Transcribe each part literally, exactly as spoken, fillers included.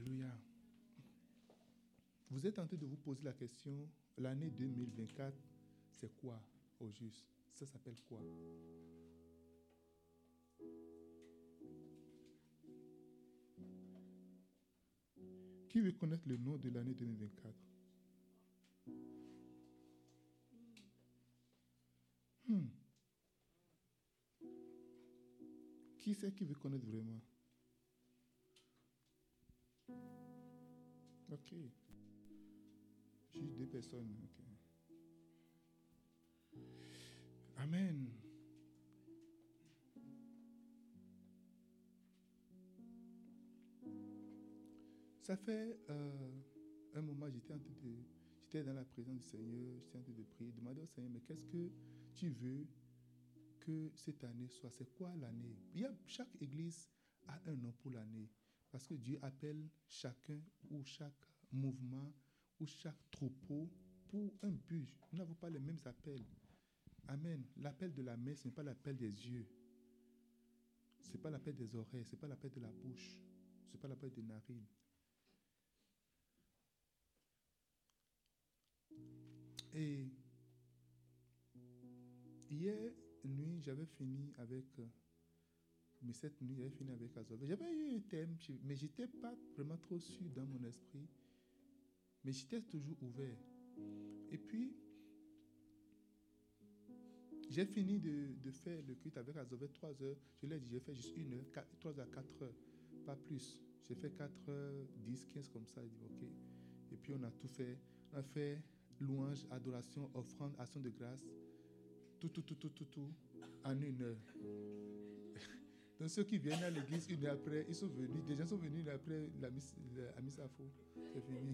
Alléluia. Vous êtes en train de vous poser la question, l'année deux mille vingt-quatre, c'est quoi au juste? Ça s'appelle quoi? Qui veut connaître le nom de l'année deux mille vingt-quatre? Hmm. Qui c'est qui veut connaître vraiment? Ok. Juste deux personnes. Okay. Amen. Ça fait euh, un moment, j'étais en train de, j'étais dans la présence du Seigneur, j'étais en train de prier, demander au Seigneur, mais qu'est-ce que tu veux que cette année soit? C'est quoi l'année? Il y a, chaque église a un nom pour l'année, parce que Dieu appelle chacun ou chaque mouvement ou chaque troupeau pour un but. Nous n'avons pas les mêmes appels. Amen. L'appel de la main, ce n'est pas l'appel des yeux. Ce n'est pas l'appel des oreilles, ce n'est pas l'appel de la bouche, ce n'est pas l'appel des narines. Et hier nuit, j'avais fini avec, mais cette nuit, j'avais fini avec Azov. J'avais eu un thème, mais je n'étais pas vraiment trop sûr dans mon esprit. Mais j'étais toujours ouvert. Et puis, j'ai fini de, de faire le culte avec Azov trois heures. Je l'ai dit, j'ai fait juste une heure, trois heures, quatre heures, pas plus. J'ai fait quatre heures, dix, quinze comme ça. J'ai dit, ok. Et puis, on a tout fait. On a fait louange, adoration, offrande, action de grâce. Tout, tout, tout, tout, tout, tout, en une heure. Donc ceux qui viennent à l'église une heure après, ils sont venus, des gens sont venus après la mise à Missafo. C'est fini.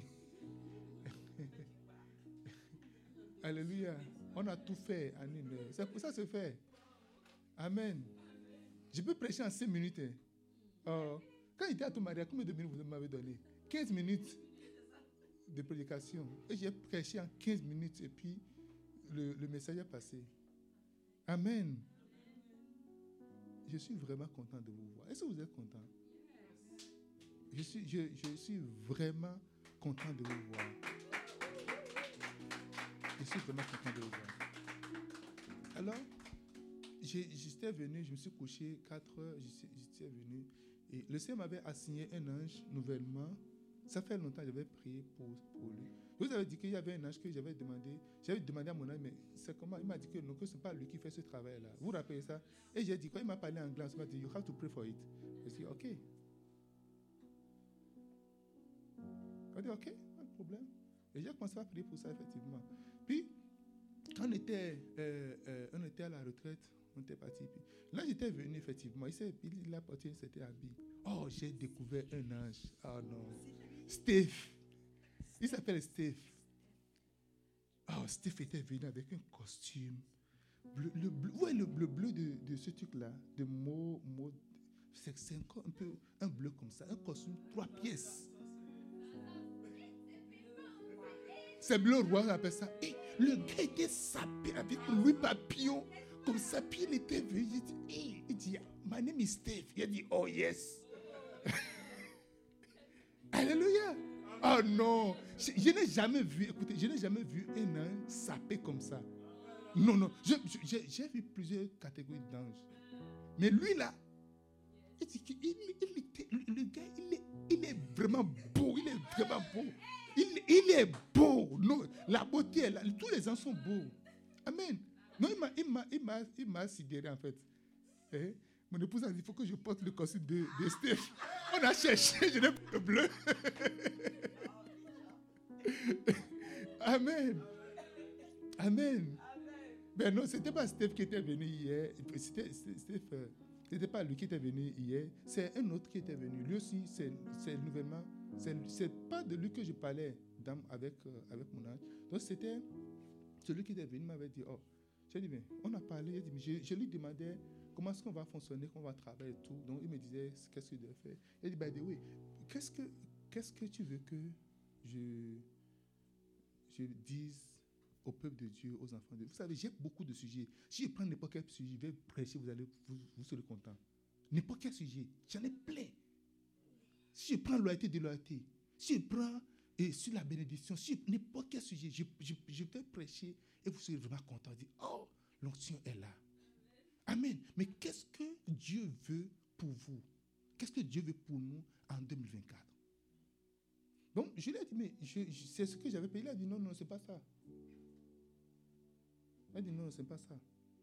Alléluia. On a tout fait en une heure. C'est pour ça que c'est fait. Amen. Je peux prêcher en cinq minutes. Hein. Oh. Quand j'étais à ton mariage, combien de minutes vous m'avez donné? quinze minutes de prédication. Et j'ai prêché en quinze minutes et puis le, le message est passé. Amen. Je suis vraiment content de vous voir. Est-ce que vous êtes content? Je suis, je, je suis vraiment content de vous voir. Je suis vraiment content de vous voir. Alors, j'étais venu, je me suis couché quatre heures, j'étais venu. Et le Seigneur m'avait assigné un ange nouvellement. Ça fait longtemps que j'avais prié pour, pour lui. Je vous avais dit qu'il y avait un ange que j'avais demandé. J'avais demandé à mon ange, mais c'est comment? Il m'a dit que non, que ce n'est pas lui qui fait ce travail-là. Vous vous rappelez ça? Et j'ai dit, quand il m'a parlé en anglais, il m'a dit, you have to pray for it. J'ai dit, ok. Il m'a dit, ok, pas de problème. Et j'ai commencé à prier pour ça, effectivement. Puis, quand on était, euh, euh, on était à la retraite, on était parti. Puis, là, j'étais venu, effectivement. Il, s'est, il a porté un certain habit. Oh, j'ai découvert un ange. Oh non. Steve. Il s'appelle Steve. Oh, Steve était venu avec un costume. Bleu, le bleu, ouais, le bleu, bleu de, de ce truc-là, de mots, mots. C'est, c'est encore un peu un bleu comme ça, un costume trois pièces. C'est bleu roi, on appelle ça. Et le gars était sapé avec Louis Papillon. Comme ça, puis il était venu. Il dit, hey. Il dit, my name is Steve. Il a dit, oh yes. Alléluia. Oh non. Je, je n'ai jamais vu, écoutez, je n'ai jamais vu un ange sapé comme ça. Non, non. Je, je, j'ai, j'ai vu plusieurs catégories d'anges. Mais lui là, il dit qu'il il, il était, le gars, il est, il est vraiment beau. Il est vraiment beau. Il, il est beau. Non, la beauté est là. Tous les anges sont beaux. Amen. Non, il m'a, il m'a, il m'a, il m'a sidéré en fait. Eh? Mon épouse a dit, il faut que je porte le costume de, de Steph. On a cherché, je n'ai pas le bleu. Amen. Amen. Ben non, ce n'était pas Steph qui était venu hier. C'était, Steph, ce n'était pas lui qui était venu hier. C'est un autre qui était venu. Lui aussi, c'est, c'est nouvellement. C'est, c'est pas de lui que je parlais avec, avec mon âge. Donc c'était celui qui était venu, m'avait dit, oh, j'ai dit, mais on a parlé. Dit, mais je, je lui demandais comment est-ce qu'on va fonctionner, comment on va travailler et tout. Donc il me disait, qu'est-ce qu'il doit faire. Il dit, ben oui, qu'est-ce que, qu'est-ce que tu veux que je, je dise au peuple de Dieu, aux enfants de Dieu? Vous savez, j'ai beaucoup de sujets. Si je prends n'importe quel sujet, je vais prêcher, vous allez, vous, vous serez content. N'importe quel sujet, j'en ai plein. si je prends loyauté de loyauté, si je prends et sur la bénédiction, sur n'importe quel sujet, je, je, je vais prêcher et vous serez vraiment content. Dire, oh, l'onction est là. Amen. Mais qu'est-ce que Dieu veut pour vous? Qu'est-ce que Dieu veut pour nous en deux mille vingt-quatre? Donc, je lui ai dit, mais je, je, c'est ce que j'avais payé. Il a dit, non, non, c'est pas ça. Il a dit, non, c'est pas ça.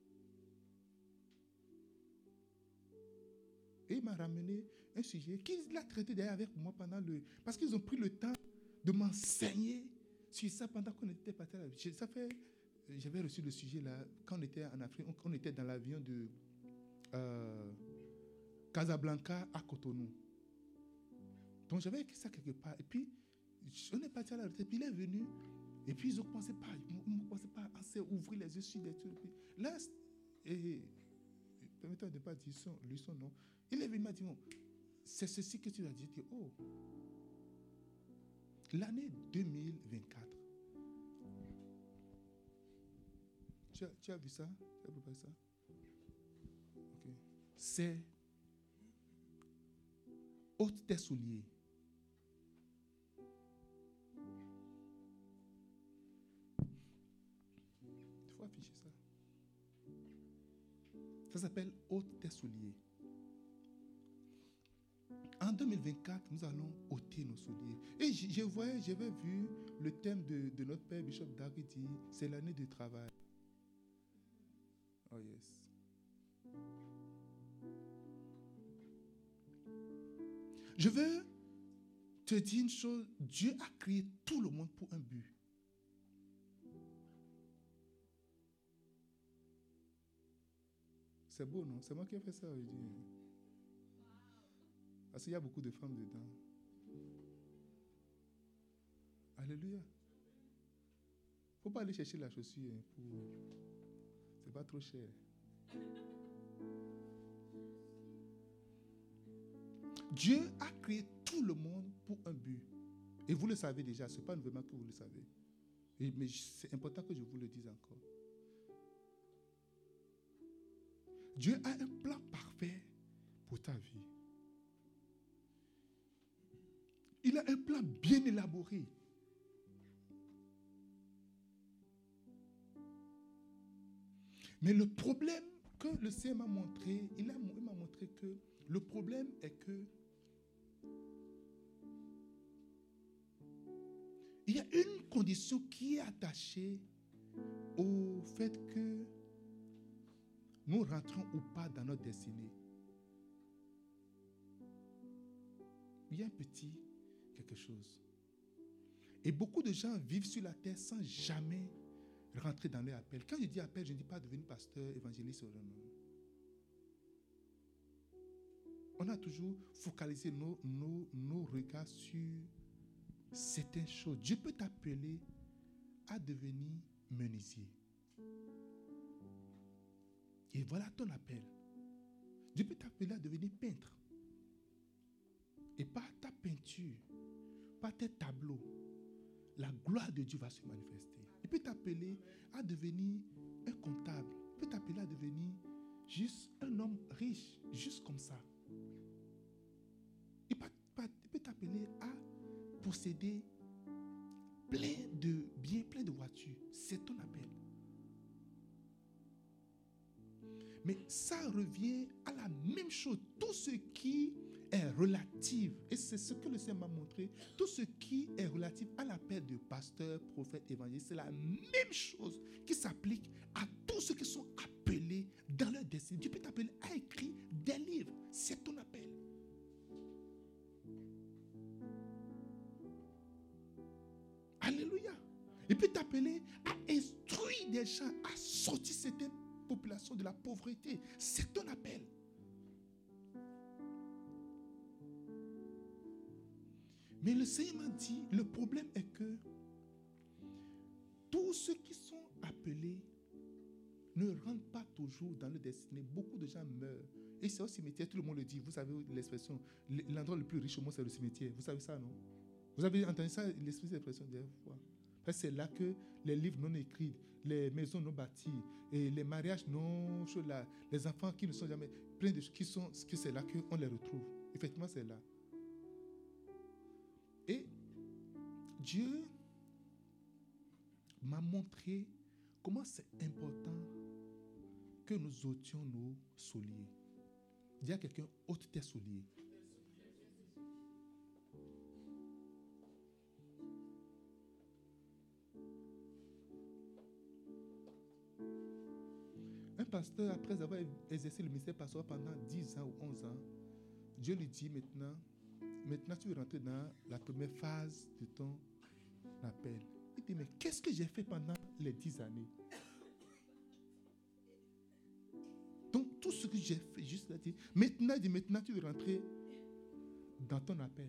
Et il m'a ramené un sujet qu'il a traité d'ailleurs avec moi pendant le... Parce qu'ils ont pris le temps de m'enseigner sur ça pendant qu'on était parti à la... Ça fait... J'avais reçu le sujet là, quand on était en Afrique, on, on était dans l'avion de euh, Casablanca à Cotonou. Donc j'avais écrit ça quelque part. Et puis, on est parti à la retraite. Puis il est venu. Et puis ils ont commencé par, ils ont commencé par à ouvrir les yeux sur des trucs. Là, et, permettez-moi de ne pas dire son, lui son nom. Il est venu, il m'a dit, bon, c'est ceci que tu as dit. Oh, l'année deux mille vingt-quatre. Tu as, tu as vu ça? Tu as préparé ça? Ok. C'est ôte tes souliers. Il faut afficher ça. Ça s'appelle ôte tes souliers. En deux mille vingt-quatre, nous allons ôter nos souliers. Et je, je voyais, j'avais vu le thème de, de notre père Bishop Dag dit, c'est l'année de travail. Oh yes. Je veux te dire une chose. Dieu a créé tout le monde pour un but. C'est beau, non? C'est moi qui ai fait ça. Je dis. Parce qu'il y a beaucoup de femmes dedans. Alléluia. Il ne faut pas aller chercher la chaussure. Hein, pour... C'est pas trop cher. Dieu a créé tout le monde pour un but. Et vous le savez déjà, ce n'est pas nouvellement que vous le savez. Et, mais c'est important que je vous le dise encore. Dieu a un plan parfait pour ta vie. Il a un plan bien élaboré. Mais le problème que le Seigneur m'a montré, il, a, il m'a montré que le problème est que il y a une condition qui est attachée au fait que nous rentrons ou pas dans notre destinée. Il y a un petit quelque chose. Et beaucoup de gens vivent sur la terre sans jamais rentrer dans leur appel. Quand je dis appel, je ne dis pas devenir pasteur, évangéliste. Non. On a toujours focalisé nos, nos, nos regards sur certaines choses. Dieu peut t'appeler à devenir menuisier. Et voilà ton appel. Dieu peut t'appeler à devenir peintre. Et par ta peinture, par tes tableaux, la gloire de Dieu va se manifester. Il peut t'appeler à devenir un comptable. Il peut t'appeler à devenir juste un homme riche, juste comme ça. Il peut, il peut t'appeler à posséder plein de biens, plein de voitures. C'est ton appel. Mais ça revient à la même chose. Tout ce qui est relatif, et c'est ce que le Seigneur m'a montré, tout ce qui est relatif à l'appel de pasteur, prophète, évangéliste, c'est la même chose qui s'applique à tous ceux qui sont appelés dans leur destinée. Dieu peut t'appeler à écrire des livres. C'est ton appel. Alléluia. Il peut t'appeler à instruire des gens, à sortir certaines populations de la pauvreté. C'est ton appel. Mais le Seigneur m'a dit, le problème est que tous ceux qui sont appelés ne rentrent pas toujours dans le destinée. Beaucoup de gens meurent. Et c'est au cimetière, tout le monde le dit. Vous savez l'expression, l'endroit le plus riche au monde, c'est le cimetière. Vous savez ça, non? Vous avez entendu ça, l'expression des fois. Parce que c'est là que les livres non écrits, les maisons non bâties, et les mariages non, les enfants qui ne sont jamais pleins de choses, qui sont, que c'est là qu'on les retrouve. Effectivement, c'est là. Dieu m'a montré comment c'est important que nous ôtions nos souliers. Dis à quelqu'un, ôte tes souliers. Un pasteur, après avoir exercé le ministère pastoral pendant dix ans ou onze ans, Dieu lui dit maintenant, maintenant tu veux rentrer dans la première phase de ton appel. Il dit, mais qu'est-ce que j'ai fait pendant les dix années? Donc, tout ce que j'ai fait, juste là, dit, maintenant, il dit, maintenant, tu veux rentrer dans ton appel.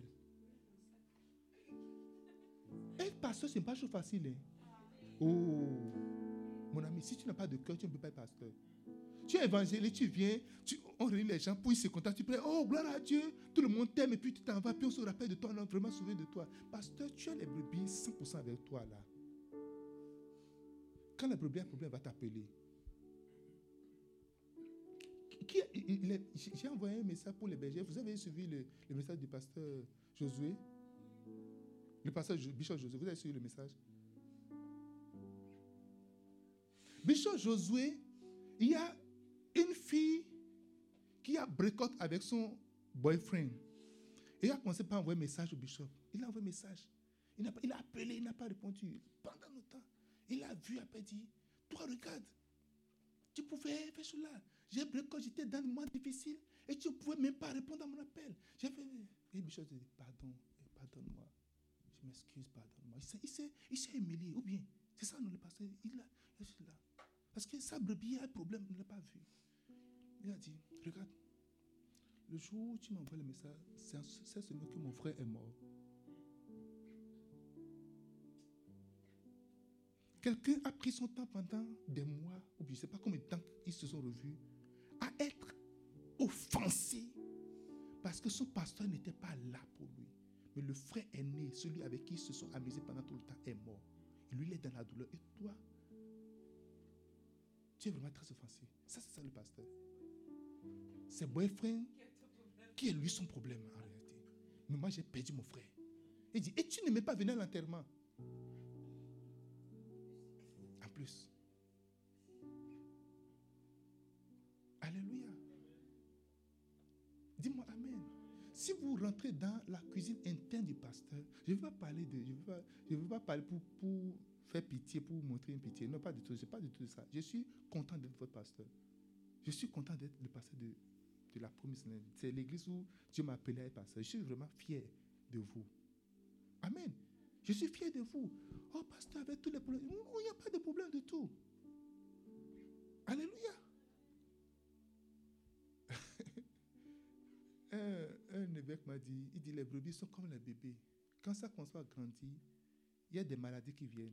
Et pasteur, ce n'est pas chose facile. Hein? Oh, mon ami, si tu n'as pas de cœur, tu ne peux pas être pasteur. Tu es évangéliste, tu viens, tu, on réunit les gens, pour ils se contentent, tu pries, oh, gloire à Dieu, tout le monde t'aime, et puis tu t'en vas, puis on se rappelle de toi, on a vraiment sauvé de toi. Pasteur, tu as les brebis cent pour cent avec toi, là. Quand la brebis a un problème, elle va t'appeler. Qui, il est, j'ai envoyé un message pour les bergers. Vous avez suivi le, le message du pasteur Josué? Le pasteur Bishop Josué, vous avez suivi le message? Bishop Josué, il y a une fille qui a break-up avec son boyfriend. Et il a commencé par envoyer un message au bishop. Il a envoyé un message. Il, n'a pas, il a appelé, il n'a pas répondu. Pendant longtemps, il a vu, après dit, toi regarde, tu pouvais faire cela. J'ai break-up, j'étais dans un moment difficile et tu ne pouvais même pas répondre à mon appel. J'ai fait, et le bishop dit, pardon, pardonne-moi. Je m'excuse, pardonne-moi. Il s'est, il s'est, il s'est humilié. Ou bien, c'est ça, non, le pasteur, il a, il est là. Parce que sa brebis a un problème, il ne l'a pas vu. Il a dit, regarde, le jour où tu m'envoies le message, c'est seulement que mon frère est mort. Quelqu'un a pris son temps pendant des mois, ou je ne sais pas combien de temps ils se sont revus, à être offensé parce que son pasteur n'était pas là pour lui. Mais le frère aîné, celui avec qui ils se sont amusés pendant tout le temps, est mort. Et lui, il est dans la douleur. Et toi, tu es vraiment très offensé. Ça, c'est ça le pasteur. C'est boyfriend qui est lui son problème en réalité. Mais moi, j'ai perdu mon frère. Il dit, et tu ne m'es pas venu à l'enterrement. En plus. Alléluia. Dis-moi amen. Si vous rentrez dans la cuisine interne du pasteur, je ne veux pas parler de, je ne veux pas, je veux pas parler pour, pour faire pitié, pour montrer une pitié. Non, pas du tout. Ce n'est pas du tout ça. Je suis content d'être votre pasteur. Je suis content d'être le pasteur de, de la Promise. C'est l'église où Dieu m'a appelé à être pasteur. Je suis vraiment fier de vous. Amen. Je suis fier de vous. Oh, pasteur, avec tous les problèmes. Il n'y a pas de problème du tout. Alléluia. un, un évêque m'a dit, il dit, les brebis sont comme les bébés. Quand ça commence à grandir, il y a des maladies qui viennent.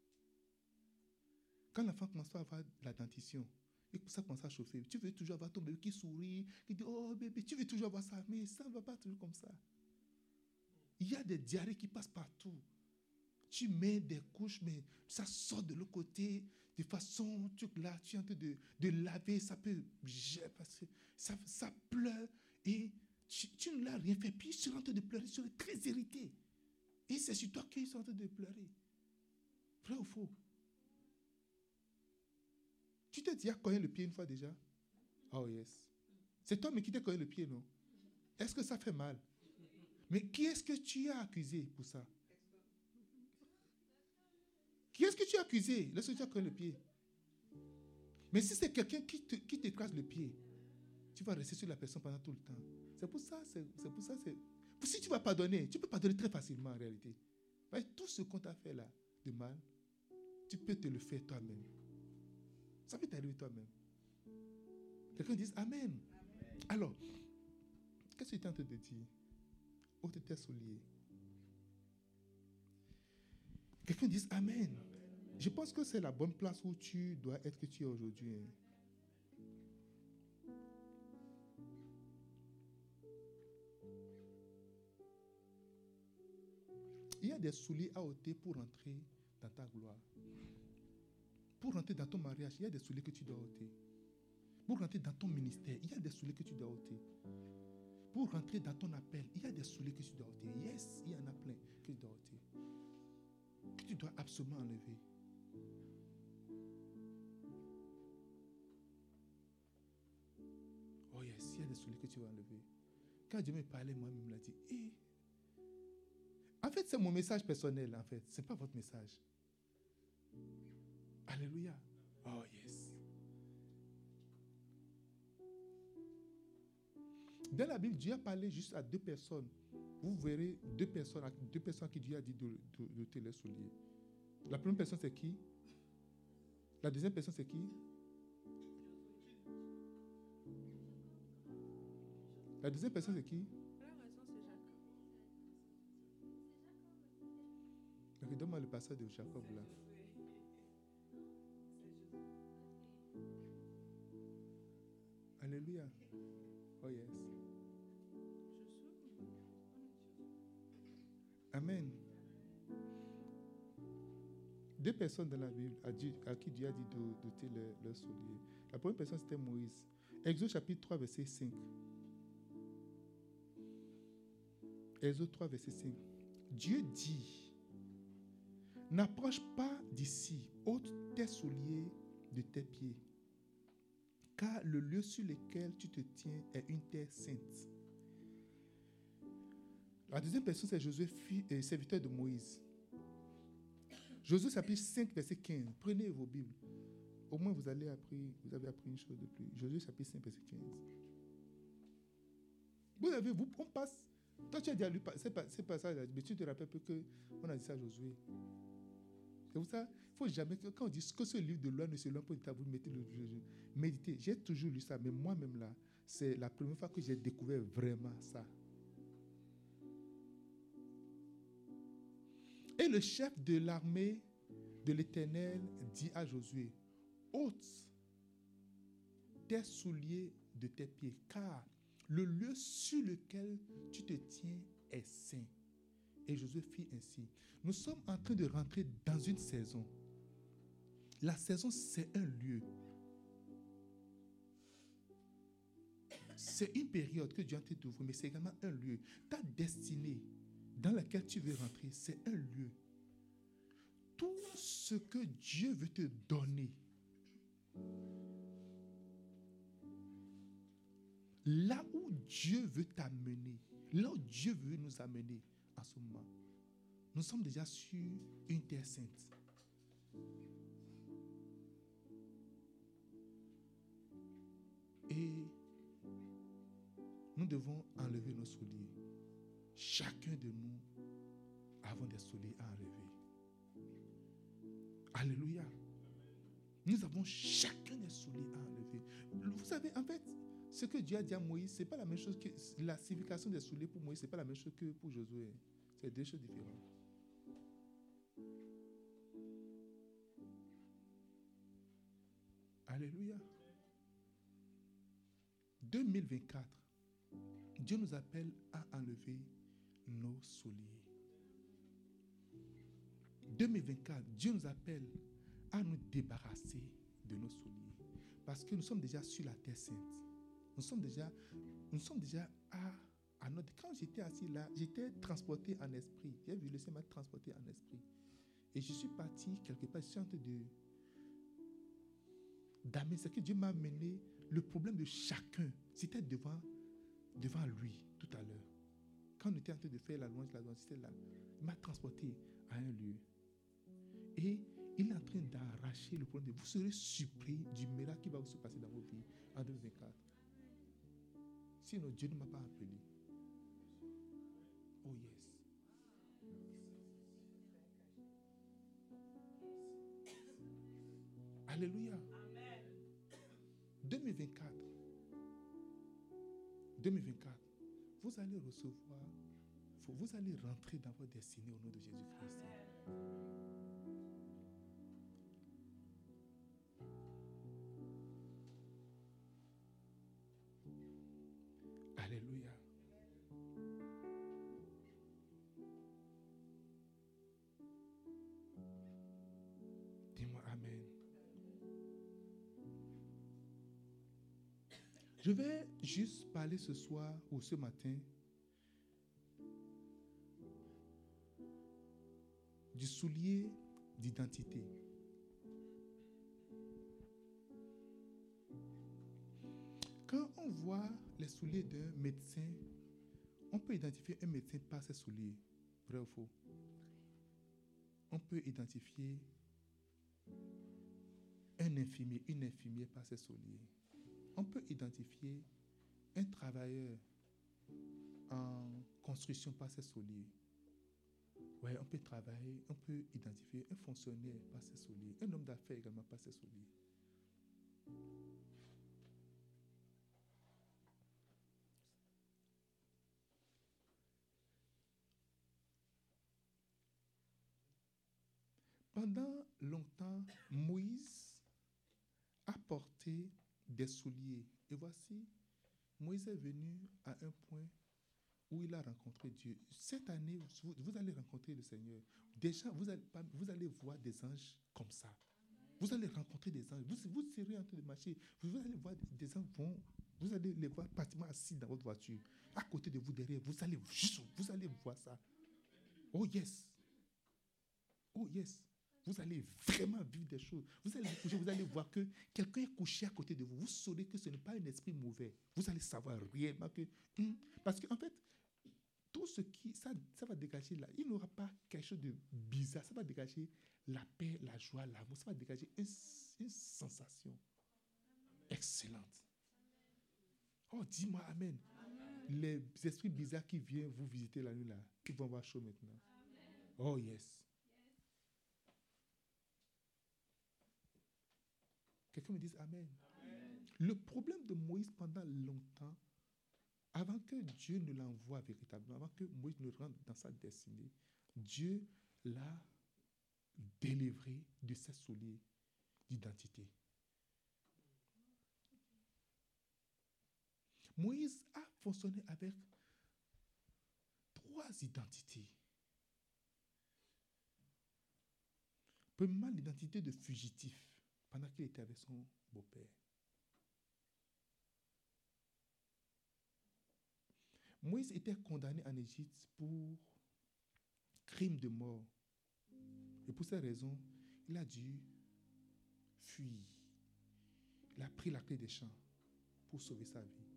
Quand l'enfant commence à avoir la dentition, et ça commence à chauffer, tu veux toujours avoir ton bébé qui sourit, qui dit, oh bébé, tu veux toujours avoir ça, mais ça ne va pas toujours comme ça. Il y a des diarrhées qui passent partout. Tu mets des couches, mais ça sort de l'autre côté, de façon, tu, là, tu es en train de, de laver, ça peut, parce que ça, ça pleure, et tu, tu ne l'as rien fait, puis tu es en train de pleurer, tu es très irrité. Et c'est sur toi qu'ils sont en train de pleurer. Vrai ou faux? Tu t'es dit à cogner le pied une fois déjà? Oh yes. C'est toi mais qui t'es cogné le pied, non? Est-ce que ça fait mal? Mais qui est-ce que tu as accusé pour ça? Qui est-ce que tu as accusé lorsque tu as cogné le pied? Mais si c'est quelqu'un qui te, qui t'écrase le pied, tu vas rester sur la personne pendant tout le temps. C'est pour ça, c'est, c'est pour ça, c'est... Si tu vas pardonner, tu peux pardonner très facilement en réalité. Parce que tout ce qu'on t'a fait là, de mal, tu peux te le faire toi-même. Ça peut t'arriver toi-même. Quelqu'un dit Amen. Amen. Alors, qu'est-ce que tu es en train de dire? Ôte tes souliers. Quelqu'un dit Amen. Amen. Je pense que c'est la bonne place où tu dois être que tu es aujourd'hui. Il y a des souliers à ôter pour entrer dans ta gloire. Pour rentrer dans ton mariage, il y a des souliers que tu dois ôter. Pour rentrer dans ton ministère, il y a des souliers que tu dois ôter. Pour rentrer dans ton appel, il y a des souliers que tu dois ôter. Yes, il y en a plein que tu dois ôter. dois absolument enlever. Oh yes, il y a des souliers que tu vas enlever. Quand Dieu me parlait, moi-même, il m'a dit, hey. En fait, c'est mon message personnel, en fait. Ce n'est pas votre message. Alléluia. Oh yes. Dans la Bible, Dieu a parlé juste à deux personnes. Vous verrez deux personnes, deux personnes à qui Dieu a dit de, de, de ôter les souliers. La première personne, c'est qui? La deuxième personne, c'est qui? La deuxième personne, c'est qui? Ok, donne-moi le passage de Jacob là. Alléluia. Oh yes. Amen. Deux personnes dans la Bible à, Dieu, à qui Dieu a dit d'ôter leurs leur souliers. La première personne, c'était Moïse. Exode chapitre trois, verset cinq. Exode trois, verset cinq. Dieu dit, n'approche pas d'ici, ôte tes souliers de tes pieds, car le lieu sur lequel tu te tiens est une terre sainte. La deuxième personne, c'est Josué, serviteur de Moïse. Josué chapitre cinq, verset quinze. Prenez vos Bibles. Au moins, vous, allez appris, vous avez appris une chose de plus. Josué chapitre cinq, verset quinze. Vous avez, vous, on passe. Toi, tu as déjà lu ces passages, mais tu te rappelles peu qu'on a dit ça à Josué. C'est pour ça, il ne faut jamais, quand on dit que ce livre de loi ne se lance pas, vous mettez le méditer. J'ai toujours lu ça, mais moi-même là, c'est la première fois que j'ai découvert vraiment ça. Et le chef de l'armée de l'Éternel dit à Josué, ôte tes souliers de tes pieds, car le lieu sur lequel tu te tiens est saint. Et Josué fit ainsi. Nous sommes en train de rentrer dans une saison. La saison, c'est un lieu. C'est une période que Dieu a en train d'ouvrir, mais c'est également un lieu. Ta destinée dans laquelle tu veux rentrer, c'est un lieu. Tout ce que Dieu veut te donner, là où Dieu veut t'amener, là où Dieu veut nous amener en ce moment, nous sommes déjà sur une terre sainte. Et nous devons enlever nos souliers. Chacun de nous avons des souliers à enlever. Alléluia. Nous avons chacun des souliers à enlever. Vous savez, en fait, ce que Dieu a dit à Moïse, ce n'est pas la même chose que la signification des souliers pour Moïse, ce n'est pas la même chose que pour Josué. C'est deux choses différentes. Alléluia. deux mille vingt-quatre, Dieu nous appelle à enlever nos souliers. deux mille vingt-quatre, Dieu nous appelle à nous débarrasser de nos souliers. Parce que nous sommes déjà sur la terre sainte. Nous sommes déjà, nous sommes déjà à, à notre... Quand j'étais assis là, j'étais transporté en esprit. J'ai vu le Seigneur m'a transporté en esprit. Et je suis parti quelque part, je suis en train de... d'amener, c'est que Dieu m'a amené le problème de chacun. C'était devant, devant lui tout à l'heure. Quand on était en train de faire la louange, la louange, c'était là. Il m'a transporté à un lieu. Et il est en train d'arracher le problème. Vous serez surpris du miracle qui va se passer dans vos vies en deux mille vingt-quatre. Sinon, Dieu ne m'a pas appelé. Oh yes. Alléluia. deux mille vingt-quatre. deux mille vingt-quatre. Vous allez recevoir, vous allez rentrer dans votre destinée au nom de Jésus-Christ. Alléluia. Dis-moi Amen. Je vais juste parler ce soir ou ce matin du soulier d'identité. Quand on voit les souliers d'un médecin, on peut identifier un médecin par ses souliers. Vrai ou faux? On peut identifier un infirmier, une infirmière par ses souliers. On peut identifier un travailleur en construction par ses souliers. Ouais, on peut travailler, on peut identifier un fonctionnaire par ses souliers, un homme d'affaires également par ses souliers. Pendant longtemps, Moïse a porté des souliers. Et voici, Moïse est venu à un point où il a rencontré Dieu. Cette année, vous, vous allez rencontrer le Seigneur. Déjà, vous allez, vous allez voir des anges comme ça. Vous allez rencontrer des anges. Vous, vous serez en train de marcher. Vous allez voir des anges vont, vous allez les voir pratiquement assis dans votre voiture. À côté de vous, derrière, vous allez juste, vous allez voir ça. Oh yes. Oh yes. Vous allez vraiment vivre des choses. Vous allez vous coucher, vous allez voir que quelqu'un est couché à côté de vous. Vous saurez que ce n'est pas un esprit mauvais. Vous allez savoir réellement que... Hum, parce qu'en fait, tout ce qui... Ça, ça va dégager là. Il n'aura pas quelque chose de bizarre. Ça va dégager la paix, la joie, l'amour. Ça va dégager une, une sensation excellente. Oh, dis-moi amen. Amen. Les esprits bizarres qui viennent vous visiter la nuit là, ils vont avoir chaud maintenant. Amen. Oh yes. Quelqu'un me dise Amen. Amen. Le problème de Moïse pendant longtemps, avant que Dieu ne l'envoie véritablement, avant que Moïse ne rentre dans sa destinée, Dieu l'a délivré de ses souliers d'identité. Moïse a fonctionné avec trois identités. Premièrement, l'identité de fugitif. Pendant qu'il était avec son beau-père. Moïse était condamné en Égypte pour crime de mort. Et pour cette raison, il a dû fuir. Il a pris la clé des champs pour sauver sa vie.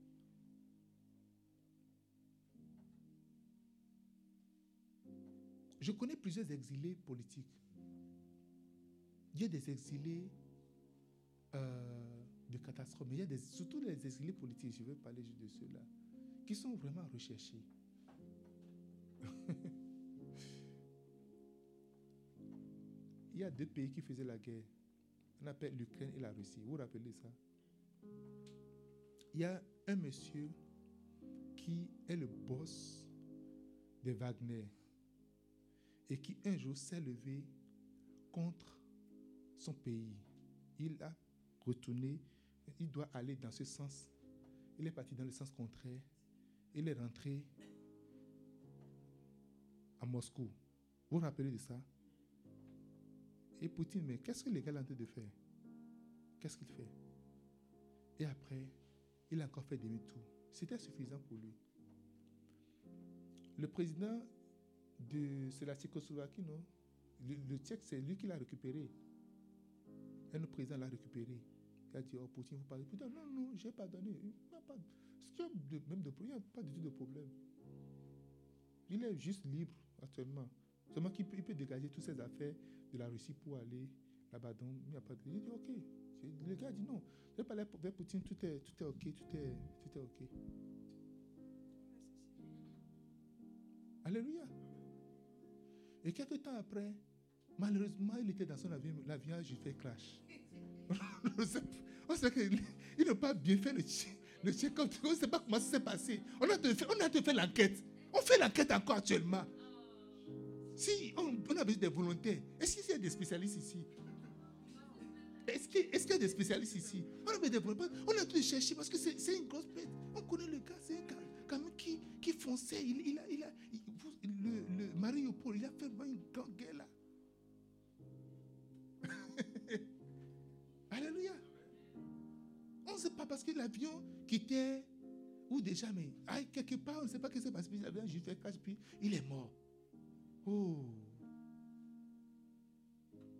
Je connais plusieurs exilés politiques. Il y a des exilés Euh, de catastrophe, mais il y a des, surtout les exilés politiques, je vais parler juste de ceux-là, qui sont vraiment recherchés. Il y a deux pays qui faisaient la guerre. On appelle l'Ukraine et la Russie. Vous vous rappelez ça? Il y a un monsieur qui est le boss de Wagner et qui un jour s'est levé contre son pays. Il a retourné, il doit aller dans ce sens. Il est parti dans le sens contraire. Il est rentré à Moscou. Vous vous rappelez de ça? Et Poutine, mais qu'est-ce que les gars sont en train de faire? Qu'est-ce qu'il fait? Et après, il a encore fait demi-tour. C'était suffisant pour lui. Le président de c'est la Tchécoslovaquie, non? Le, le Tchèque, c'est lui qui l'a récupéré. Un autre président l'a récupéré. Il a dit, oh Poutine, vous parlez. Putain, non, non, je n'ai pas donné. Il n'y a pas de, même de, il n'y a pas du tout de problème. Il est juste libre actuellement. Seulement qu'il peut, il peut dégager toutes ses affaires de la Russie pour aller là-bas. Donc, il n'y a pas de... Il dit, ok. Le gars dit, non, je vais parler avec Poutine, tout est, tout est ok, tout est, tout est ok. Alléluia. Et quelques temps après, malheureusement, il était dans son avion, l'avion a juste fait crash. On sait qu'il n'a pas bien fait le check-up. On ne sait pas comment ça s'est passé. On a fait, on a fait l'enquête. On fait l'enquête encore actuellement. Si on, on a besoin des volontaires, est-ce qu'il y a des spécialistes ici? Est-ce qu'il est qu'il y a des spécialistes ici? On a besoin des volontaires. On a tout cherché parce que c'est une grosse bête. On connaît le gars, c'est un gars quand même qui, qui fonçait. Il, il a, il a, il, le, le Mariupol, il a fait une grande guerre là. Alléluia. On ne sait pas parce que l'avion quittait ou déjà, mais ah, quelque part, on ne sait pas ce qui s'est passé. L'avion, juste fait crash, puis il est mort. Oh.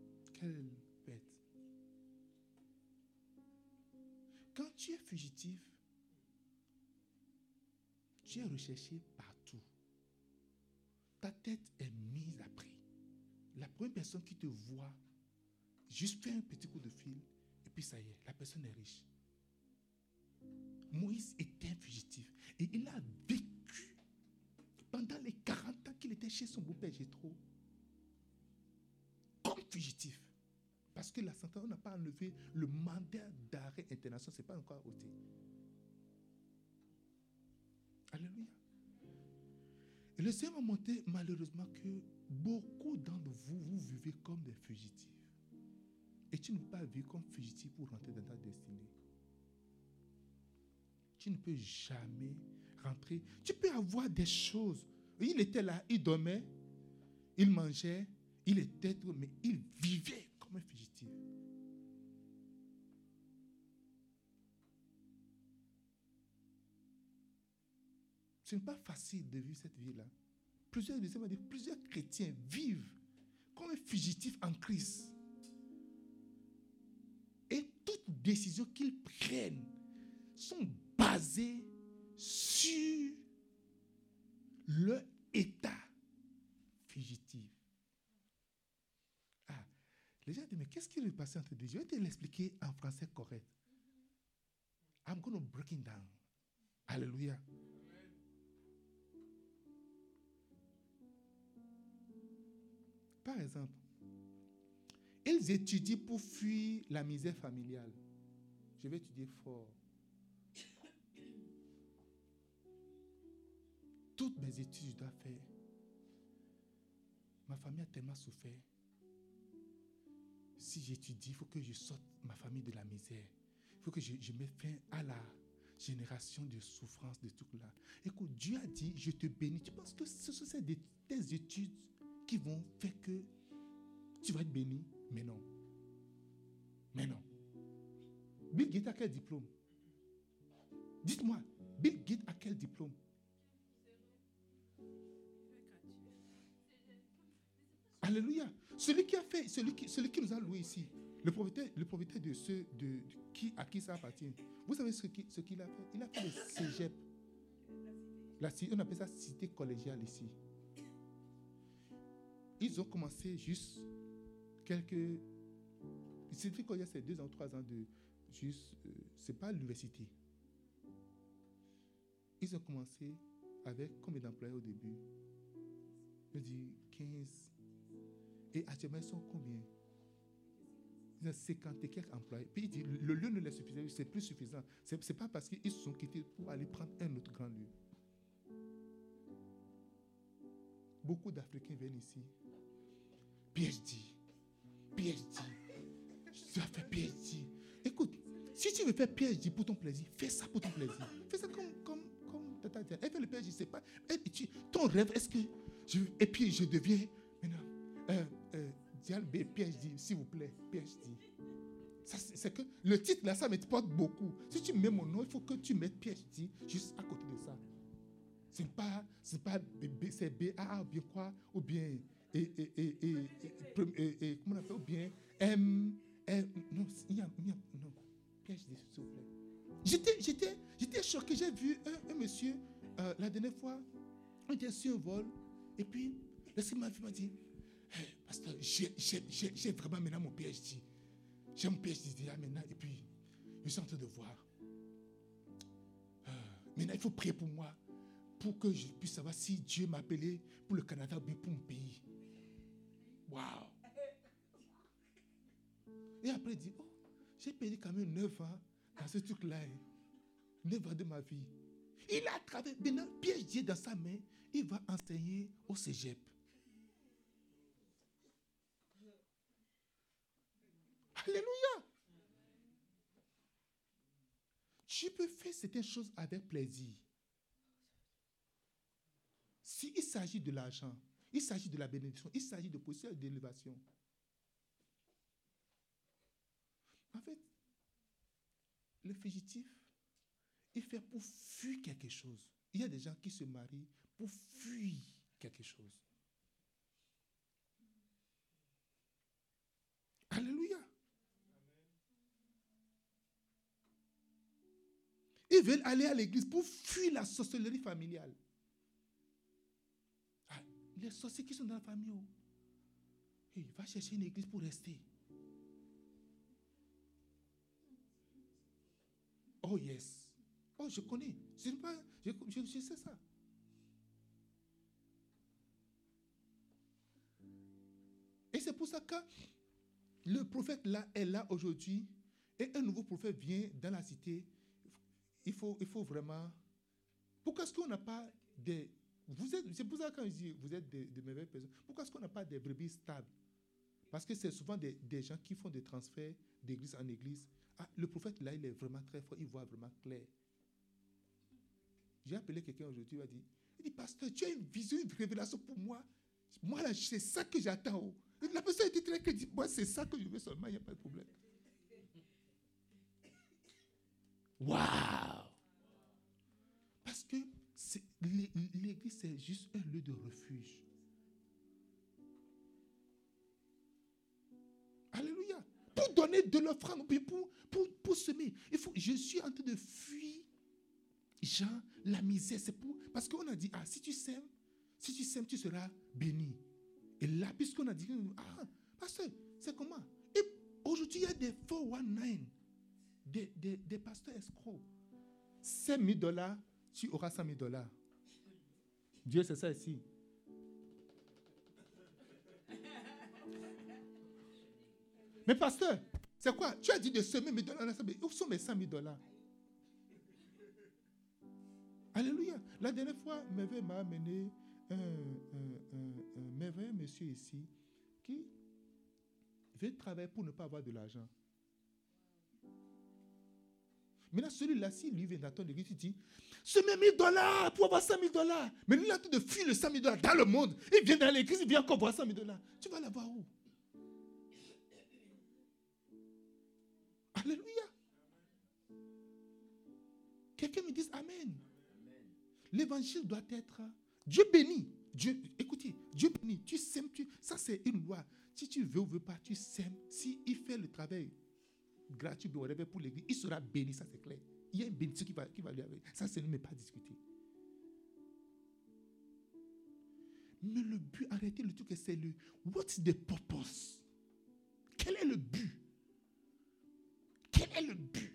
fugitif, tu es recherché partout. Ta tête est mise à prix. La première personne qui te voit, juste fait un petit coup de fil, et puis ça y est, la personne est riche. Moïse était un fugitif. Et il a vécu pendant les quarante ans qu'il était chez son beau-père Jéthro comme fugitif. Parce que la sentence n'a pas enlevé le mandat d'arrêt international, ce n'est pas encore ôté. Alléluia. Et le Seigneur m'a montré malheureusement que beaucoup d'entre vous, vous vivez comme des fugitifs. Et tu ne peux pas vivre comme fugitif pour rentrer dans ta destinée. Tu ne peux jamais rentrer. Tu peux avoir des choses. Il était là, il dormait, il mangeait, il était, mais il vivait comme un fugitif. Ce n'est pas facile de vivre cette vie-là. Plusieurs, plusieurs chrétiens vivent comme un fugitif en Christ. Et toutes décisions qu'ils prennent sont basées sur leur état fugitif. Ah, les gens disent, mais qu'est-ce qui est passé entre deux? Je vais te l'expliquer en français correct. I'm going to break it down. Alléluia. Par exemple, ils étudient pour fuir la misère familiale. Je vais étudier fort. Toutes mes études, je dois faire. Ma famille a tellement souffert. Si j'étudie, il faut que je sorte ma famille de la misère. Il faut que je, je mette fin à la génération de souffrance, de tout là. Écoute, Dieu a dit, je te bénis. Tu penses que ce sont des, tes études qui vont faire que tu vas être béni? Mais non. Mais non. Bill Gates a quel diplôme? Dites-moi, Bill Gates a quel diplôme? Alléluia. Celui qui a fait, celui qui, celui qui nous a loué ici, le propriétaire, le propriétaire de ceux de, de qui, à qui ça appartient. Vous savez ce qu'il ce qu'il a fait? Il a fait le cégep. La, on appelle ça cité collégiale ici. Ils ont commencé juste quelques... Cité collégiale, c'est deux ans, trois ans de... Juste, euh, c'est pas l'université. Ils ont commencé avec combien d'employés au début? Je dis quinze. Et actuellement, ils sont combien? Ils ont cinquante et quelques employés. Puis il dit, le lieu ne les suffisait, c'est plus suffisant. Ce n'est pas parce qu'ils se sont quittés pour aller prendre un autre grand lieu. Beaucoup d'Africains viennent ici. P H D. P H D. Tu as fait P H D. Écoute, si tu veux faire P H D pour ton plaisir, fais ça pour ton plaisir. Fais ça comme, comme, comme tata dit. Elle fait le P H D, c'est pas... Elle, tu, ton rêve, est-ce que... Je, et puis je deviens... Maintenant, euh, euh, Dial B, P H D, s'il vous plaît, P H D. Ça, c'est, c'est que le titre là, ça m'importe beaucoup. Si tu mets mon nom, il faut que tu mettes P H D juste à côté de ça. C'est pas, c'est pas B, c'est B A ou bien quoi, ou bien et et et et, et, et comment on appelle, ou bien M, M non, il y a, il y a non, P H D s'il vous plaît. J'étais, j'étais, j'étais choqué. J'ai vu un, un monsieur euh, la dernière fois, on était sur un vol et puis le Seigneur m'a dit, hey, pasteur, j'ai, j'ai, j'ai, j'ai vraiment maintenant mon P H D. J'ai mon P H D déjà maintenant et puis je suis en train de voir. Euh, maintenant, il faut prier pour moi pour que je puisse savoir si Dieu m'a appelé pour le Canada ou bien pour mon pays. Waouh! Et après, il dit, oh, j'ai payé quand même neuf ans dans ce truc-là. neuf ans de ma vie. Il a travaillé. Maintenant, P H D dans sa main, il va enseigner au cégep. Alléluia! Tu peux faire certaines choses avec plaisir. S'il s'agit de l'argent, il s'agit de la bénédiction, il s'agit de position d'élévation. En fait, le fugitif, il fait pour fuir quelque chose. Il y a des gens qui se marient pour fuir quelque chose. Alléluia. qui veulent aller à l'église pour fuir la sorcellerie familiale. Ah, les sorciers qui sont dans la famille, oh. Hey, va chercher une église pour rester. Oh yes. Oh, je connais. Je, pas, je, je, je sais ça. Et c'est pour ça que le prophète là est là aujourd'hui et un nouveau prophète vient dans la cité. Il faut, il faut vraiment... Pourquoi est-ce qu'on n'a pas des... Vous êtes, c'est pour ça que quand je dis vous êtes des, des merveilleuses personnes, pourquoi est-ce qu'on n'a pas des brebis stables? Parce que c'est souvent des, des gens qui font des transferts d'église en église. Ah, le prophète là, il est vraiment très fort, il voit vraiment clair. J'ai appelé quelqu'un aujourd'hui, il m'a dit, il dit, pasteur, tu as une vision, une révélation pour moi. Moi là, c'est ça que j'attends. Oh. La personne a dit très clair, dit, moi c'est ça que je veux seulement, il n'y a pas de problème. Waouh! Parce que c'est, l'église, c'est juste un lieu de refuge. Alléluia. Pour donner de l'offrande, puis pour, pour, pour semer. Il faut, je suis en train de fuir, Jean, la misère. C'est pour, parce qu'on a dit, ah, si tu sèmes, si tu sèmes, tu seras béni. Et là, puisqu'on a dit, ah, pasteur, c'est comment? Et aujourd'hui, il y a des quatre cent dix-neuf, des, des, des pasteurs escrocs. cinq mille dollars, tu auras cent mille dollars. Dieu, c'est ça ici. Mais pasteur, c'est quoi? Tu as dit de semer mes dollars. Où sont mes cent mille dollars? Alléluia. La dernière fois, Merveille m'a amené un, un, un, un merveilleux monsieur ici qui veut travailler pour ne pas avoir de l'argent. Maintenant, celui-là, si lui vient d'attendre l'église, il dit, semez mille dollars pour avoir cent mille dollars. Mais lui, il a tout de fuir le cent mille dollars dans le monde. Il vient dans l'église, il vient encore voir cent mille dollars. Tu vas l'avoir où? Alléluia. Quelqu'un me dise Amen. Amen. L'évangile doit être Dieu bénit. Dieu, écoutez, Dieu bénit. Tu sèmes, tu, ça c'est une loi. Si tu veux ou veux pas, tu sèmes. Si il fait le travail gratuit pour l'église, il sera béni, ça c'est clair. Il y a une bénédiction qui va, qui va lui arriver. Ça, ce n'est pas discuté. Mais le but, arrêtez le truc, c'est le what's the purpose? Quel est le but? Quel est le but?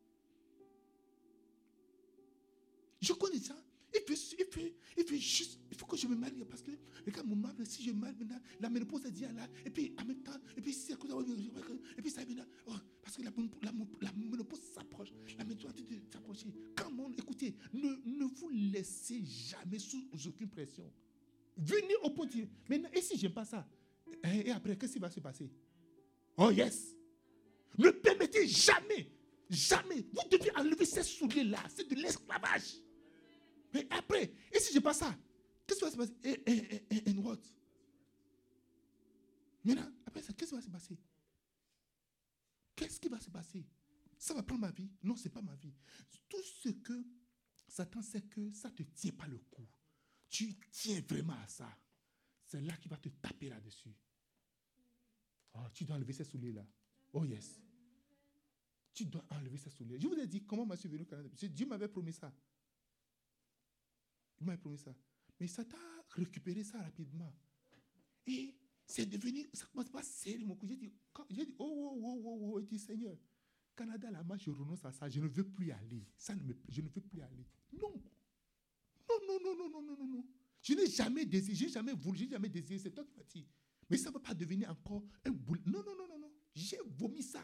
Je connais ça. Il fait, il fait, il fait juste, il faut que je me marie parce que, regarde, mon mari, si je me marie maintenant, la ménopause est dit là, et puis en même temps, et puis si à côté, et puis ça vient là, oh, parce que la, la, la ménopause s'approche, la ménopause s'approche. Quand on, écoutez, ne, ne vous laissez jamais sous aucune pression. Venez au point de dire, maintenant, et si je n'aime pas ça? Et, et après, qu'est-ce qui va se passer? Oh yes! Ne permettez jamais, jamais, vous devez enlever ces souliers-là, c'est de l'esclavage. Mais après, et si je n'ai pas ça? Qu'est-ce qui va se passer? Et, et, et, and what? Maintenant, après ça, qu'est-ce qui va se passer? Qu'est-ce qui va se passer? Ça va prendre ma vie? Non, ce n'est pas ma vie. Tout ce que Satan sait que ça ne te tient pas le coup. Tu tiens vraiment à ça. C'est là qu'il va te taper là-dessus. Oh, tu dois enlever ces souliers-là. Oh yes. Tu dois enlever ces souliers. Je vous ai dit comment je suis venu au Canada. Dieu m'avait promis ça. Il m'avait promis ça. Mais Satan a récupéré ça rapidement. Et c'est devenu, ça commence pas à serrer mon cou. J'ai dit, quand, j'ai dit, oh, oh, oh, oh, oh, il dit, Seigneur, Canada, là-bas, je renonce à ça. Je ne veux plus y aller. Ça ne me, je ne veux plus y aller. Non. Non, non, non, non, non, non, non, non. Je n'ai jamais désiré, je n'ai jamais voulu, je n'ai jamais désiré. C'est toi qui m'as dit. Mais ça ne va pas devenir encore un boule. Non, non, non, non, non. J'ai vomi ça.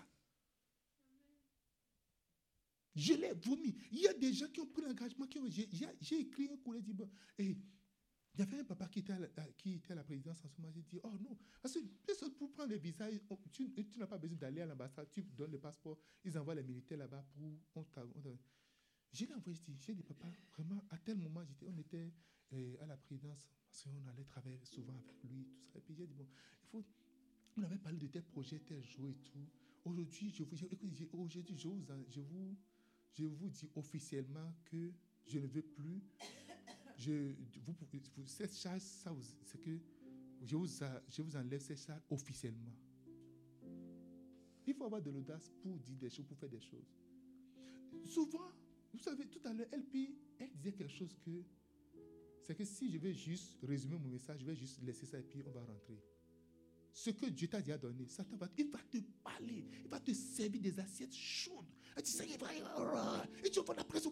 Je l'ai vomi. Il y a des gens qui ont pris l'engagement. Qui ont, j'ai, j'ai, j'ai écrit un courrier. Dit, bon, et il y avait un papa qui était à la, qui était à la présidence en ce moment. J'ai dit, oh non, parce que pour prendre les visas, tu, tu n'as pas besoin d'aller à l'ambassade. Tu donnes le passeport. Ils envoient les militaires là-bas pour... On t'a, on t'a, j'ai envoyé, j'ai dit, papa, vraiment, à tel moment, j'étais, on était euh, à la présidence, parce qu'on allait travailler souvent avec lui, tout ça. Et puis j'ai dit, bon, il faut... On avait parlé de tel projet, tel jour et tout. Aujourd'hui, je vous, écoutez, aujourd'hui, je vous, je vous, je vous dis officiellement que je ne veux plus. Je, vous, vous, cette charge, ça, c'est que je vous, je vous enlève cette charge officiellement. Il faut avoir de l'audace pour dire des choses, pour faire des choses. Souvent, Vous savez, tout à l'heure, elle, puis, elle disait quelque chose que... C'est que si je vais juste résumer mon message, je vais juste laisser ça et puis on va rentrer. Ce que Dieu t'a déjà donné, Satan va, il va te parler, il va te servir des assiettes chaudes. Et tu sais, il va... Et tu vas la pression.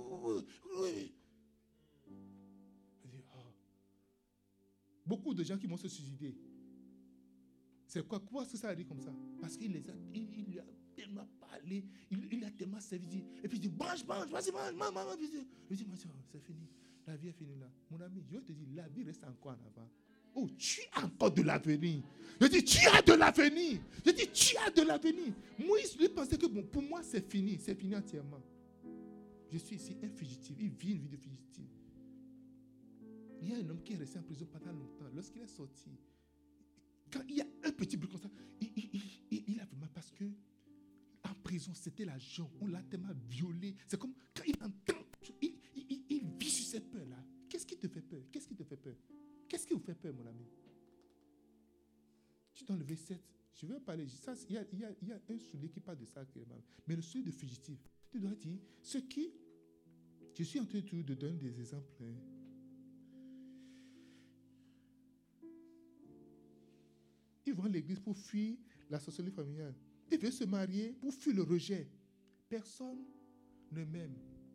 Beaucoup de gens qui vont se suicider. C'est quoi? Pourquoi est-ce que ça arrive comme ça? Parce qu'il les a, il, il a tellement parlé, il, il a tellement servi. Et puis il dit, mange, mange, vas-y, mange, mange, mange. Je dis, c'est fini. La vie est finie là. Mon ami, je te dis, la vie reste encore en avant. Oh, tu as encore de l'avenir. Je dis, tu as de l'avenir. Je dis, tu as de l'avenir. Moïse, lui, pensait que bon, pour moi, c'est fini. C'est fini entièrement. Je suis ici un fugitif. Il vit une vie de fugitif. Il y a un homme qui est resté en prison pendant longtemps. Lorsqu'il est sorti, quand il y a un petit bruit comme ça, il, il, il, il a vraiment, parce que en prison, c'était la joie. On l'a tellement violé. C'est comme quand il entend, il, il, il, il vit sur cette peur-là. Qu'est-ce qui te fait peur? Qu'est-ce qui te fait peur? Qu'est-ce qui vous fait peur, mon ami? Tu dans le verset sept, je vais parler. Ça, il, y a, il, y a, il y a un soulier qui parle de ça. Mais le soulier de fugitif, tu dois dire, ce qui, je suis en train de, de donner des exemples. Hein. Ils vont à l'église pour fuir la sorcellerie familiale. Ils veulent se marier pour fuir le rejet. Personne ne m'aime.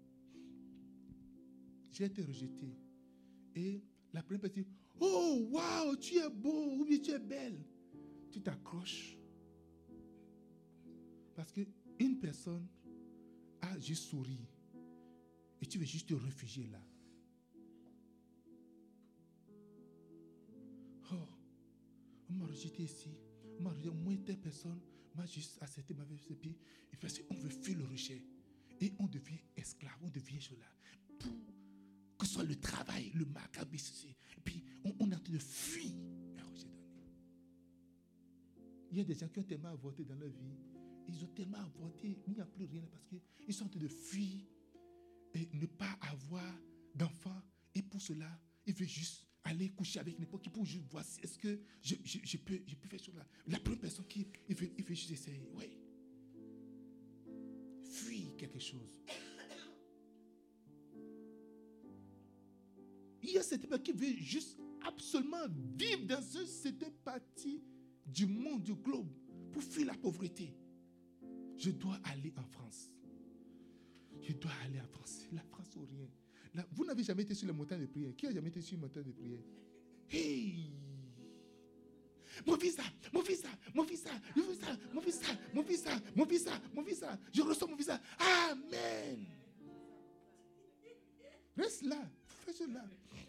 J'ai été rejeté. Et la première personne dit, oh, waouh, tu es beau, ou bien tu es belle. Tu t'accroches. Parce qu'une personne a juste souri. Et tu veux juste te réfugier là. Oh, on m'a rejeté ici. On m'a rejeté, moi, telle personne m'a juste accepté ma vie. Et puis, on veut fuir le rejet. Et on devient esclave, on devient cela. Pour que ce soit le travail, le macabre, et puis on, on est en train de fuir un rejet donné. Il y a des gens qui ont tellement avorté dans leur vie, ils ont tellement avorté, il n'y a plus rien parce qu'ils sont en train de fuir et ne pas avoir d'enfants. Et pour cela, ils veulent juste aller coucher avec n'importe qui pour juste voir si est-ce que je, je, je, peux, je peux faire cela. La première personne qui il veut, il veut juste essayer, oui. Fuir quelque chose. Il y a cette personne qui veut juste absolument vivre dans une certaine partie du monde, du globe, pour fuir la pauvreté. Je dois aller en France. Je dois aller en France. La France ou rien. Là, vous n'avez jamais été sur les montagnes de prière. Qui a jamais été sur une montagne de prière? Hey! Mon visa, mon visa, mon visa, mon visa, mon visa, mon visa, mon visa, mon visa. Je reçois mon visa. Amen. Reste là. Fais cela.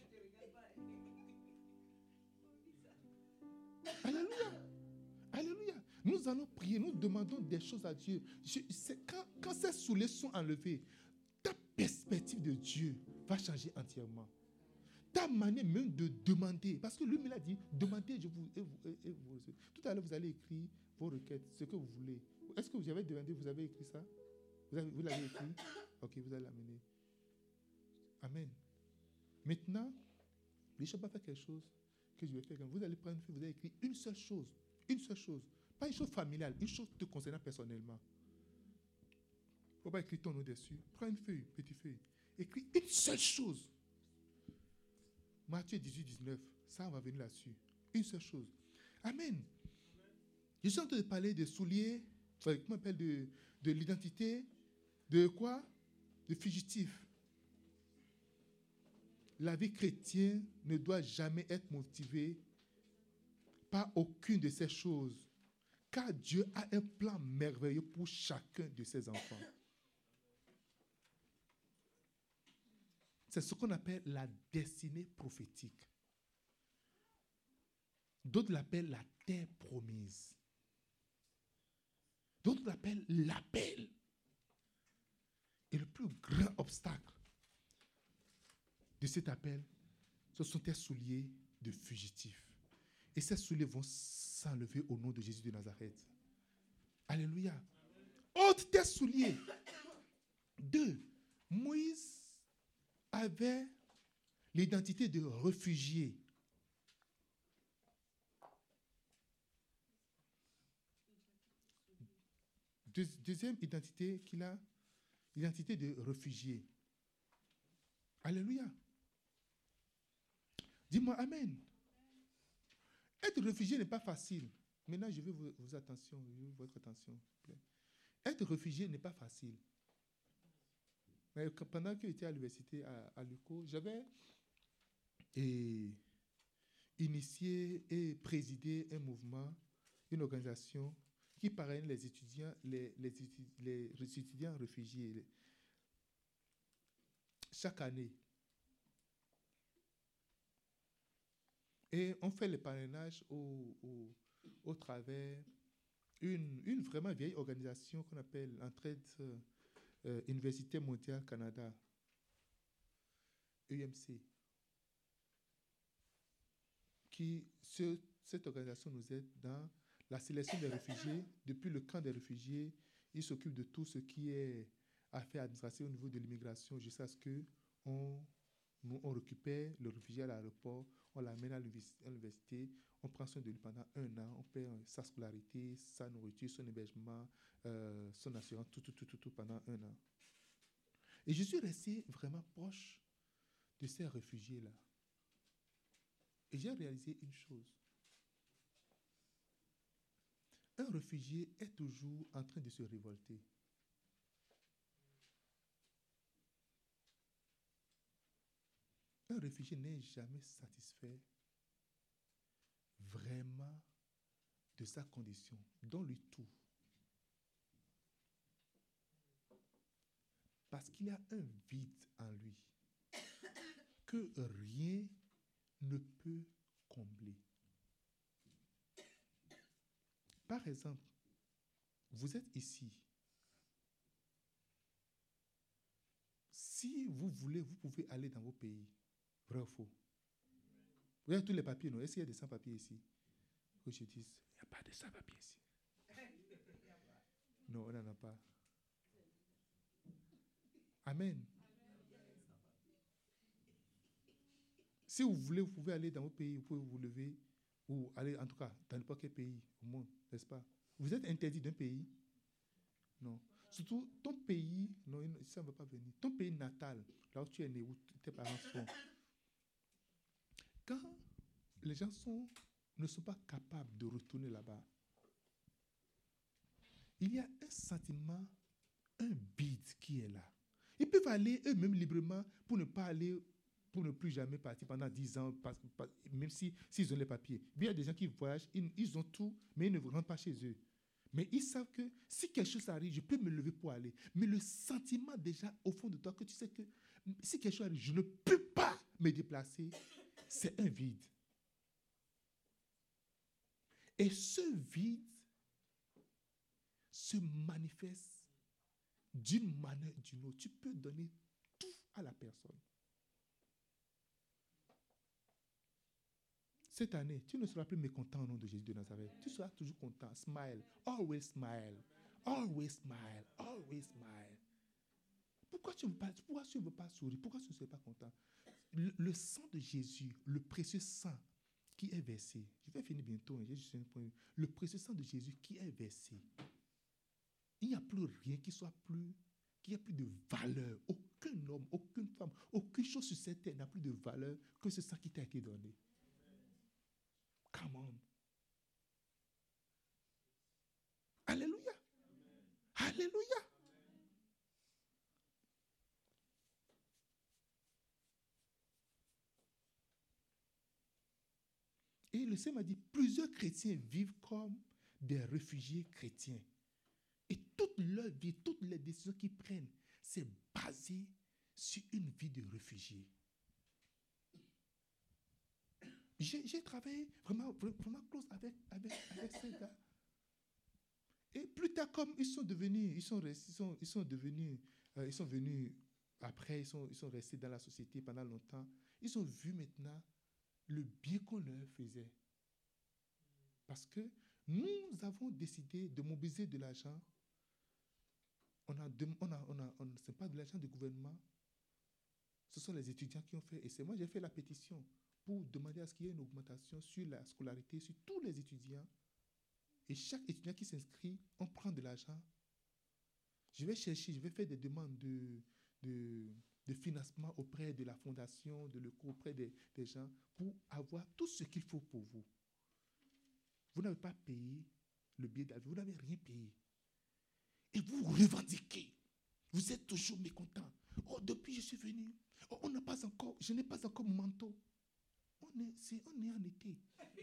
Alléluia. Alléluia. Nous allons prier, nous demandons des choses à Dieu. Je, quand, quand ces souliers sont enlevés, ta perspective de Dieu va changer entièrement. Ta manière même de demander, parce que lui-même a dit, demandez, je vous, et vous, et vous. Tout à l'heure, vous allez écrire vos requêtes, ce que vous voulez. Est-ce que vous avez demandé, vous avez écrit ça? Vous, avez, vous l'avez écrit? Ok, vous allez l'amener. Amen. Maintenant, Bishop va faire quelque chose que je vais faire. Vous allez prendre une feuille, vous allez écrire une seule chose. Une seule chose. Pas une chose familiale, une chose te concernant personnellement. Il ne faut pas écrire ton nom dessus. Prends une feuille, petite feuille. Écris une seule chose. Matthieu dix-huit, dix-neuf. Ça, on va venir là-dessus. Une seule chose. Amen. Je suis en train de parler de souliers, comment on appelle, de, de l'identité, de quoi? De fugitif. La vie chrétienne ne doit jamais être motivée par aucune de ces choses. Car Dieu a un plan merveilleux pour chacun de ses enfants. C'est ce qu'on appelle la destinée prophétique. D'autres l'appellent la terre promise. D'autres l'appellent l'appel. Et le plus grand obstacle de cet appel, ce sont tes souliers de fugitifs. Et ces souliers vont s'enlever au nom de Jésus de Nazareth. Alléluia. Ôte tes souliers. Deux, Moïse avait l'identité de réfugié. Deux, deuxième identité qu'il a, l'identité de réfugié. Alléluia. Dis-moi Amen. Être réfugié n'est pas facile. Maintenant, je veux vos, vos attention, je veux votre attention. Être réfugié n'est pas facile. Mais pendant que j'étais à l'université à, à l'U C O, j'avais et, initié et présidé un mouvement, une organisation qui parrainait les étudiants, les, les, les, les étudiants réfugiés chaque année. Et on fait le parrainage au, au, au travers une, une vraiment vieille organisation qu'on appelle Entraide euh, Université Mondiale Canada, U M C. Qui, ce, cette organisation nous aide dans la sélection des réfugiés. Depuis le camp des réfugiés, ils s'occupent de tout ce qui est affaires administratives au niveau de l'immigration jusqu'à ce qu'on on récupère le réfugié à l'aéroport, on l'amène à l'université, on prend soin de lui pendant un an, on paie sa scolarité, sa nourriture, son hébergement, euh, son assurance, tout, tout, tout, tout, tout pendant un an. Et je suis resté vraiment proche de ces réfugiés-là. Et j'ai réalisé une chose. Un réfugié est toujours en train de se révolter. Un réfugié n'est jamais satisfait vraiment de sa condition. Donne-lui tout. Parce qu'il y a un vide en lui que rien ne peut combler. Par exemple, vous êtes ici. Si vous voulez, vous pouvez aller dans vos pays. Vrai ou faux? Vous avez tous les papiers, non? Est-ce qu'il y a des sans-papiers ici? Que je dise, il n'y a pas de sans-papiers ici. Non, on n'en a pas. Amen. Si vous voulez, vous pouvez aller dans vos pays, vous pouvez vous lever, ou aller en tout cas dans n'importe quel pays au monde, n'est-ce pas? Vous êtes interdit d'un pays? Non. Surtout ton pays, non, ça ne va pas venir. Ton pays natal, là où tu es né, où tes parents sont. Quand les gens sont, ne sont pas capables de retourner là-bas, il y a un sentiment, un vide qui est là. Ils peuvent aller eux-mêmes librement pour ne pas aller, pour ne plus jamais partir pendant dix ans, même si, s'ils ont les papiers. Il y a des gens qui voyagent, ils, ils ont tout, mais ils ne rentrent pas chez eux. Mais ils savent que si quelque chose arrive, je peux me lever pour aller. Mais le sentiment déjà au fond de toi, que tu sais que si quelque chose arrive, je ne peux pas me déplacer, c'est un vide. Et ce vide se manifeste d'une manière ou d'une autre. Tu peux donner tout à la personne. Cette année, tu ne seras plus mécontent au nom de Jésus de Nazareth. Tu seras toujours content. Smile. Always smile. Always smile. Always smile. Pourquoi tu ne veux pas, pourquoi tu ne veux pas sourire? Pourquoi tu ne serais pas content? Le, le sang de Jésus, le précieux sang qui est versé. Je vais finir bientôt. J'ai juste un point. Le précieux sang de Jésus qui est versé. Il n'y a plus rien qui soit plus, qui ait plus de valeur. Aucun homme, aucune femme, aucune chose sur cette terre n'a plus de valeur que ce sang qui t'a été donné. Come on. Alléluia. Amen. Alléluia. Amen. Et le Seigneur m'a dit, plusieurs chrétiens vivent comme des réfugiés chrétiens. Et toute leur vie, toutes les décisions qu'ils prennent, c'est basé sur une vie de réfugié. J'ai, j'ai travaillé vraiment, vraiment close avec, avec, avec ces gars. Et plus tard, comme ils sont devenus, ils sont, restés, ils sont, ils sont devenus, euh, ils sont venus après, ils sont, ils sont restés dans la société pendant longtemps. Ils ont vu maintenant le bien qu'on leur faisait. Parce que nous avons décidé de mobiliser de l'argent. On a, on a, on a, on, c'est pas de l'argent du gouvernement. Ce sont les étudiants qui ont fait. Et c'est moi, j'ai fait la pétition pour demander à ce qu'il y ait une augmentation sur la scolarité, sur tous les étudiants. Et chaque étudiant qui s'inscrit, on prend de l'argent Je vais chercher, je vais faire des demandes de, de, de financement auprès de la fondation, de l'E C O, auprès des, des gens, pour avoir tout ce qu'il faut pour vous. Vous n'avez pas payé le billet d'avion, vous n'avez rien payé. Et vous revendiquez. Vous êtes toujours mécontent. Oh, depuis que je suis venu, oh, on n'a pas encore, je n'ai pas encore mon manteau. On est, c'est, on est en été.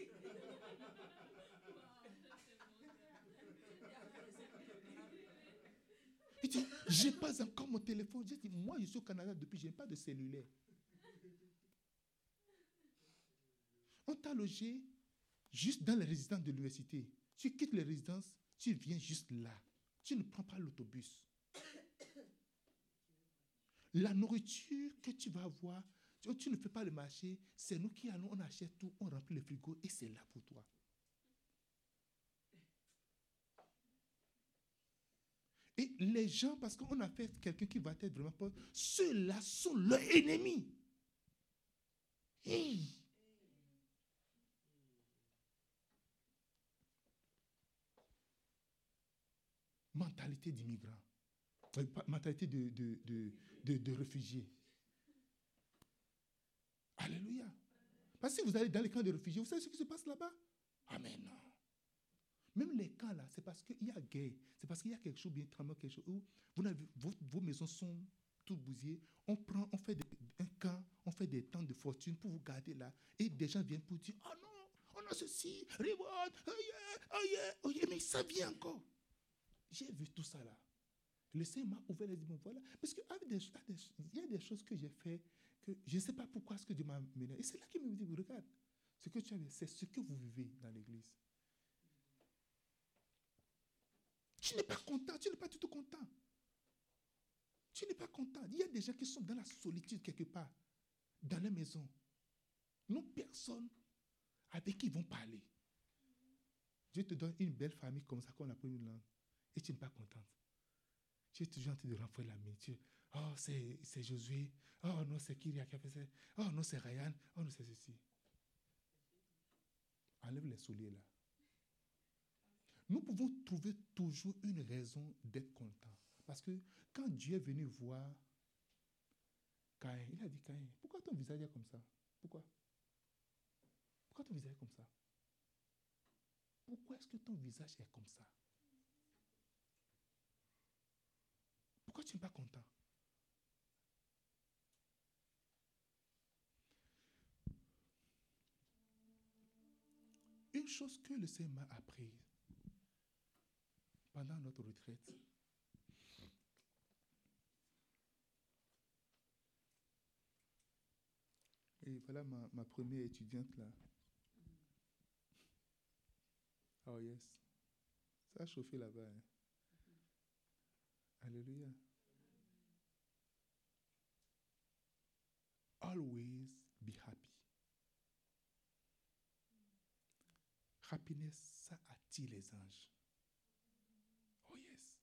Il dit, je n'ai pas encore mon téléphone. J'ai dit, moi, je suis au Canada depuis, je n'ai pas de cellulaire. On t'a logé juste dans les résidences de l'université. Tu quittes les résidences, tu viens juste là. Tu ne prends pas l'autobus. La nourriture que tu vas avoir, tu, tu ne fais pas le marché, c'est nous qui allons, on achète tout, on remplit le frigo et c'est là pour toi. Et les gens, parce qu'on a fait quelqu'un qui va être vraiment pauvre, ceux-là sont leurs ennemis. Hey. Mentalité d'immigrant. Euh, mentalité de, de, de, de, de réfugié. Alléluia. Parce que si vous allez dans les camps de réfugiés, vous savez ce qui se passe là-bas? Ah mais non. Même les camps là, c'est parce qu'il y a guerre. C'est parce qu'il y a quelque chose bien tremblant, quelque chose où vous n'avez, vos, vos maisons sont toutes bousillées. On prend, on fait des, un camp, on fait des temps de fortune pour vous garder là. Et des gens viennent pour dire, oh non, on a ceci, reward, oh yeah, oh yeah, oh yeah, mais ça vient encore. J'ai vu tout ça là. Le Seigneur m'a ouvert les yeux, voilà. Parce qu'il y a des choses que j'ai fait que je ne sais pas pourquoi ce que Dieu m'a mené. Et c'est là qu'il me dit, regarde, ce que tu as, c'est ce que vous vivez dans l'église. Tu n'es pas content, tu n'es pas du tout content. Tu n'es pas content. Il y a des gens qui sont dans la solitude quelque part, dans les maisons. Non, personne avec qui ils vont parler. Dieu te donne une belle famille comme ça qu'on apprend une langue et tu n'es pas contente. Tu es toujours en train de renflouer la main. Tu, oh, c'est, c'est Josué. Oh non, c'est Kyria qui a fait ça. Oh non, c'est Ryan. Oh non, c'est ceci. Enlève les souliers là. Nous pouvons trouver toujours une raison d'être content. Parce que quand Dieu est venu voir Caïn, il a dit, Caïn, pourquoi ton visage est comme ça? Pourquoi? Pourquoi ton visage est comme ça? Pourquoi est-ce que ton visage est comme ça? Pourquoi tu n'es pas content? Une chose que le Seigneur m'a appris pendant notre retraite, et voilà ma, ma première étudiante là. Oh yes. Ça a chauffé là-bas. Hein. Alléluia. Always be happy. Happiness, ça attire les anges. Oh yes.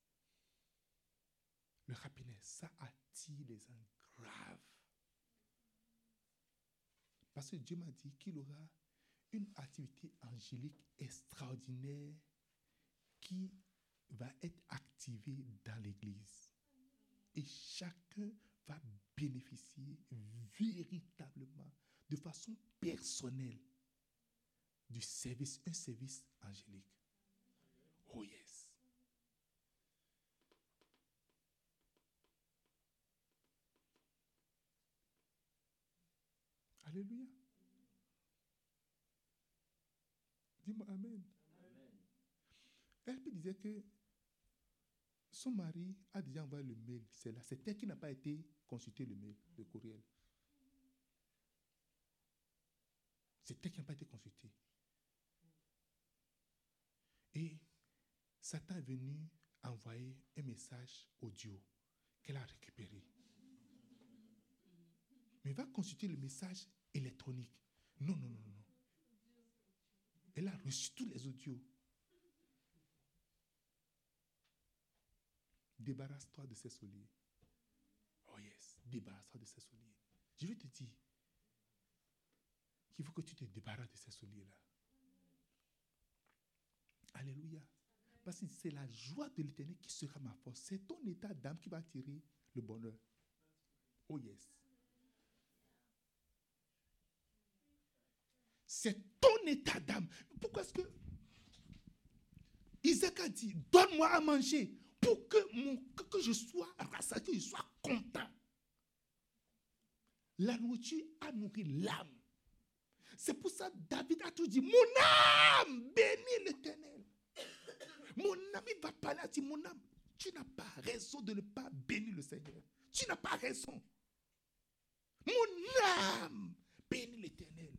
Le happiness, ça attire les anges graves. Parce que Dieu m'a dit qu'il aura une activité angélique extraordinaire qui va être activée dans l'Église. Et chacun va bénéficier véritablement, de façon personnelle, du service, un service angélique. Oh yes. Alléluia. Dis-moi Amen. Amen. Elle me disait que son mari a déjà envoyé le mail. C'est là. C'est elle qui n'a pas été consulter le mail, le courriel. C'est elle qui n'a pas été consultée. Et Satan est venu envoyer un message audio qu'elle a récupéré. Mais va consulter le message électronique. Non, non, non, non. Elle a reçu tous les audios. Débarrasse-toi de ces souliers. Oh yes, débarrasse-toi de ces souliers. Je vais te dire qu'il faut que tu te débarrasses de ces souliers-là. Alléluia. Parce que c'est la joie de l'Éternel qui sera ma force. C'est ton état d'âme qui va attirer le bonheur. Oh yes. C'est ton état d'âme. Pourquoi est-ce que Isaac a dit, donne-moi à manger pour que, mon, que, que je sois rassasié, que je sois content. La nourriture a nourri l'âme. C'est pour ça que David a tout dit, mon âme bénit l'Éternel. Mon âme, il va parler à dire, mon âme, tu n'as pas raison de ne pas bénir le Seigneur. Tu n'as pas raison. Mon âme bénit l'Éternel.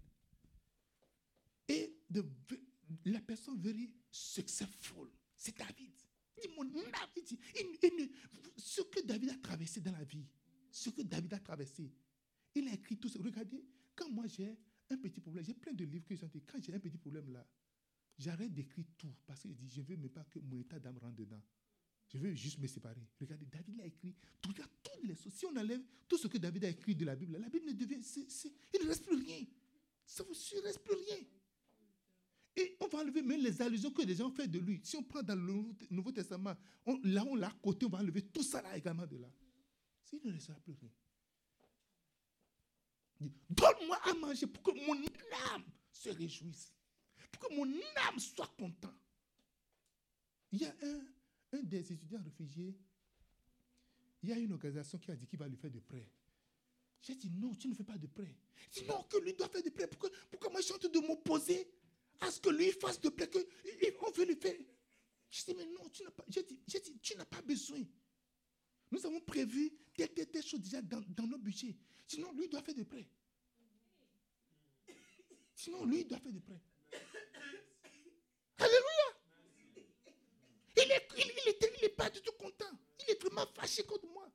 Et de, la personne very successful, c'est David. Il dit, mon âme, il dit, il, il, ce que David a traversé dans la vie, ce que David a traversé, il a écrit tout ça. Regardez, quand moi j'ai un petit problème, j'ai plein de livres que j'ai dit, quand j'ai un petit problème là, j'arrête d'écrire tout parce que je dis, je ne veux même pas que mon état d'âme rentre dedans. Je veux juste me séparer. Regardez, David a écrit tout, il y a toutes les choses. Si on enlève tout ce que David a écrit de la Bible, la Bible ne devient, c'est, c'est, il ne reste plus rien. Ça vous suit, il ne reste plus rien. Et on va enlever même les allusions que les gens ont fait de lui. Si on prend dans le Nouveau Testament, on, là on l'a côté, on va enlever tout ça là également de là. Il ne restera plus rien. Donne-moi à manger pour que mon âme se réjouisse. Pour que mon âme soit content. Il y a un, un des étudiants réfugiés, il y a une organisation qui a dit qu'il va lui faire des prêts. J'ai dit non, tu ne fais pas de prêts. Il dit non, que lui doit faire des prêts. Pourquoi, pourquoi moi je suis en train de m'opposer à ce que lui fasse de prêts, qu'on veut lui faire. Je dis mais non, tu n'as pas, j'ai dit, j'ai dit, tu n'as pas besoin. Nous avons prévu telle, telle, telle chose déjà dans, dans nos budgets. Sinon, lui doit faire des prêts. Sinon, lui doit faire des prêts. Alléluia. Il n'est il, il est, il est pas du tout content. Il est vraiment fâché contre moi.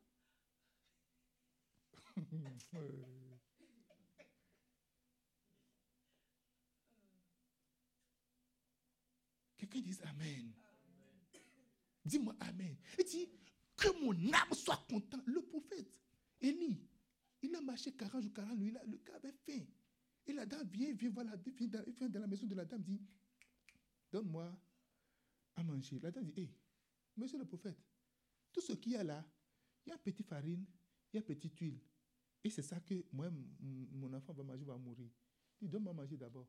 Quelqu'un dise Amen. Dis-moi Amen. Il dit que mon âme soit contente. Le prophète Élie, il a marché quarante jours, quarante nuits. Le gars avait faim. Et la dame vient, vient voir la, vient dans, vient dans la maison de la dame, dit, donne-moi à manger. La dame dit, hé, monsieur le prophète, tout ce qu'il y a là, il y a un petit farine, il y a une petite huile. Et c'est ça que moi, mon enfant va manger, va mourir. Il dit, donne-moi à manger d'abord.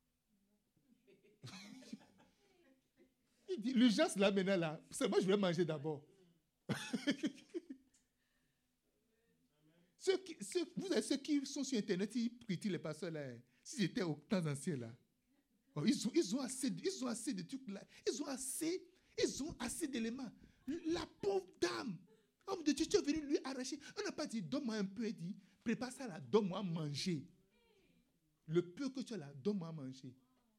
Il dit, l'urgence là maintenant là, c'est moi je vais manger d'abord. Ceux qui, ceux, vous avez ceux qui sont sur Internet, ils critiquent les pasteurs là. Si j'étais au temps ancien là, oh, ils, ont, ils, ont assez, ils ont assez de trucs là. Ils ont assez, ils ont assez d'éléments. La pauvre dame, homme de Dieu, tu es venu lui arracher. On n'a pas dit, donne-moi un peu, il dit, prépare ça là, donne-moi à manger. Le peu que tu as là, donne-moi à manger.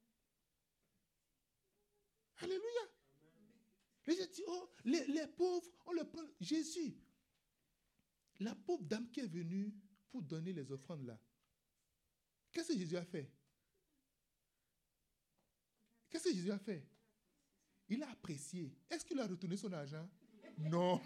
Alléluia. Les gens disent, oh, les, les pauvres, on le prend. Jésus, la pauvre dame qui est venue pour donner les offrandes là, qu'est-ce que Jésus a fait? Qu'est-ce que Jésus a fait? Il a apprécié. Est-ce qu'il a retourné son argent? Non.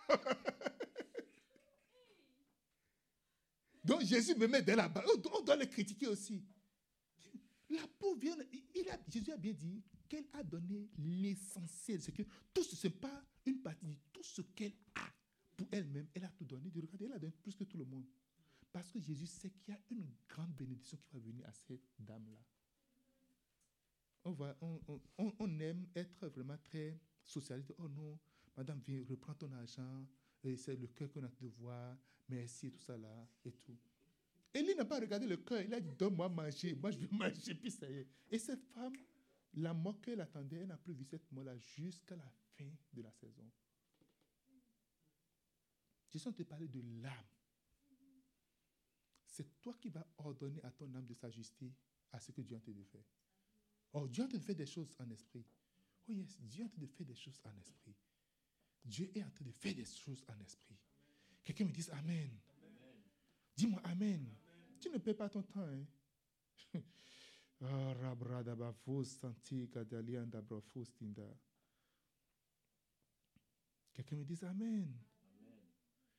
Donc Jésus me met dans la barre. On doit le critiquer aussi. La pauvre vient, il a, Jésus a bien dit qu'elle a donné l'essentiel. C'est que tout ce n'est pas une partie, tout ce qu'elle a pour elle-même, elle a tout donné. Regardez, elle a donné plus que tout le monde. Parce que Jésus sait qu'il y a une grande bénédiction qui va venir à cette dame-là. On, va, on, on, on aime être vraiment très socialiste. Oh non, madame, viens, reprends ton argent. Et c'est le cœur qu'on a de voir. Merci et tout ça là. Et tout. Élie n'a pas regardé le cœur. Il a dit, donne-moi manger. Moi, je vais manger. Puis ça y est. Et cette femme, la mort qu'elle attendait, elle n'a plus vu cette mort-là jusqu'à la fin de la saison. Je suis en train de parler de l'âme. C'est toi qui vas ordonner à ton âme de s'ajuster à ce que Dieu est en train de faire. Oh, Dieu est en train de faire des choses en esprit. Oh yes, Dieu est en train de faire des choses en esprit. Dieu est en train de faire des choses en esprit. Quelqu'un me dise Amen. Amen. Dis-moi Amen. Amen. Tu ne perds pas ton temps. Hein? Quelqu'un me dise Amen.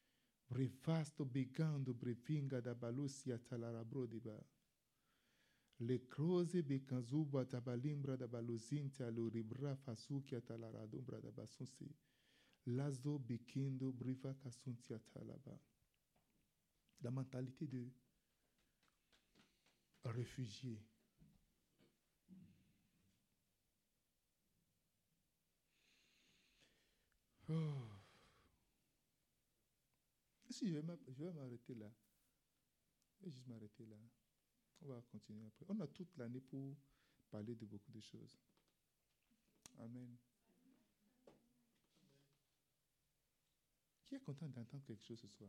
Brevasto begando brevinga da balusia talarabro diba. Le croze bekanzuba tabalimbra da balozinta lo ribra fasukia talaradombra da basunsi. Lazo bekindo briva kasuntia talaba. La mentalité de réfugié. Oh. Si je vais m'arrêter là. Je vais juste m'arrêter là. On va continuer après. On a toute l'année pour parler de beaucoup de choses. Amen. Qui est content d'entendre quelque chose ce soir?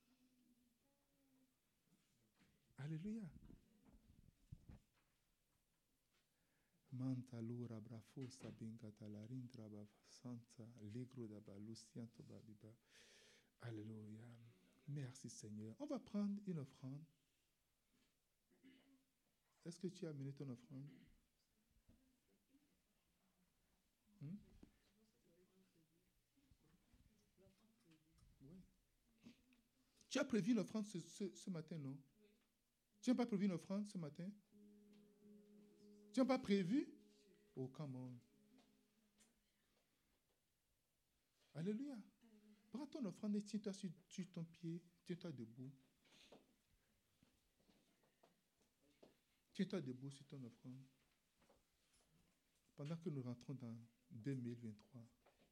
Alléluia. Mantalura brafo sabinga talarindra santa legro daba lucianto babiba. Alléluia. Merci Seigneur. On va prendre une offrande. Est-ce que tu as amené ton offrande? Hmm? Oui. Tu as prévu une offrande ce, ce, ce matin, non? Oui. Tu n'as pas prévu une offrande ce matin? Tu n'as pas prévu? Oh, come on. Alléluia. Prends ton offrande et tiens-toi sur, sur ton pied. Tiens-toi debout. Tiens-toi debout sur ton offrande. Pendant que nous rentrons dans deux mille vingt-trois.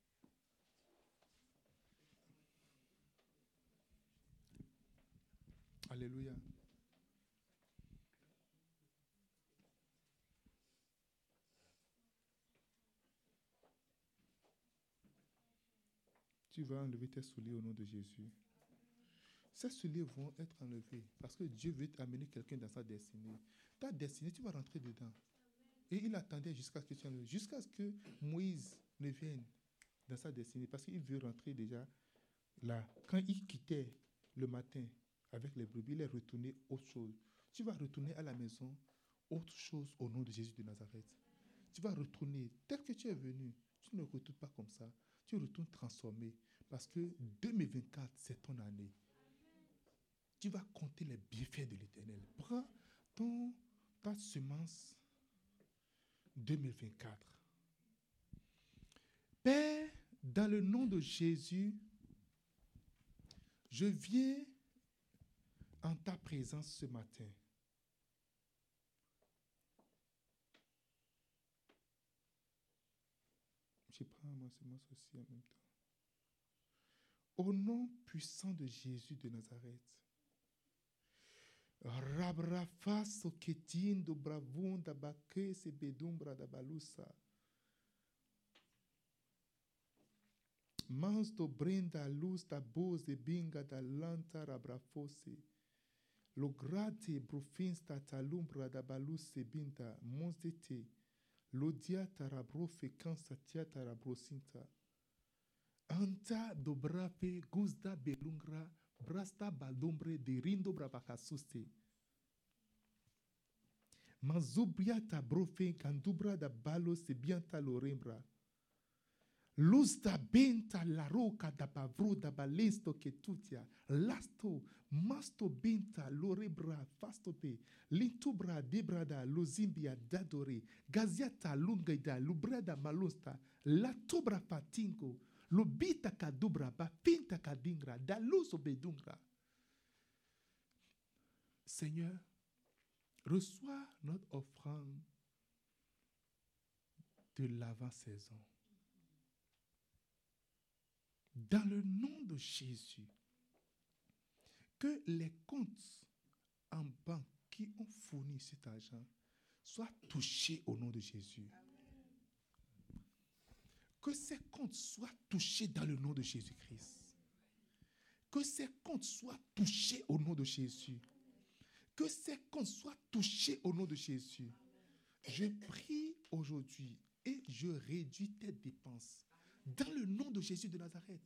Alléluia. Tu vas enlever tes souliers au nom de Jésus. Ces souliers vont être enlevés parce que Dieu veut amener quelqu'un dans sa destinée. Ta destinée, tu vas rentrer dedans. Et il attendait jusqu'à ce que tu enlèves, jusqu'à ce que Moïse ne vienne dans sa destinée parce qu'il veut rentrer déjà là. Quand il quittait le matin avec les brebis, il est retourné autre chose. Tu vas retourner à la maison autre chose au nom de Jésus de Nazareth. Tu vas retourner tel que tu es venu. Tu ne retournes pas comme ça. Tu retournes transformé parce que deux mille vingt-quatre, c'est ton année. Tu vas compter les bienfaits de l'Éternel. Prends ton, ta semence deux mille vingt-quatre. Père, dans le nom de Jésus, je viens en ta présence ce matin. Je prends ma semence aussi en même temps. Au nom puissant de Jésus de Nazareth, Rabrafa soketin do bravon da baké se bedumbra da balusa. Mans do brenda luz da boz de binga da lanta rabrafose. Lo grate brufins da talumbra da balus se binta mons de te. Lo dia tarabrofe cansa tia tarabrosinta. Anta do brave guzda belungra. Brasta baldombre de rindo brabacasuste. Mazubriata brofe candubra da balo se bianta lorembra. Luz da benta la roca da bavro da balesto que tutia. Lasto, masto benta lorebra fastope. Lintubra debrada lozimbia dadore. Gaziata lungaida lubrada malosta. La tubra fatingo. Lobita kadubra, ba pinta kadingra, da luz obedungra. Seigneur, reçois notre offrande de l'avant-saison. Dans le nom de Jésus, que les comptes en banque qui ont fourni cet argent soient touchés au nom de Jésus. Que ces comptes soient touchés dans le nom de Jésus-Christ. Que ces comptes soient touchés au nom de Jésus. Que ces comptes soient touchés au nom de Jésus. Je prie aujourd'hui et je réduis tes dépenses dans le nom de Jésus de Nazareth.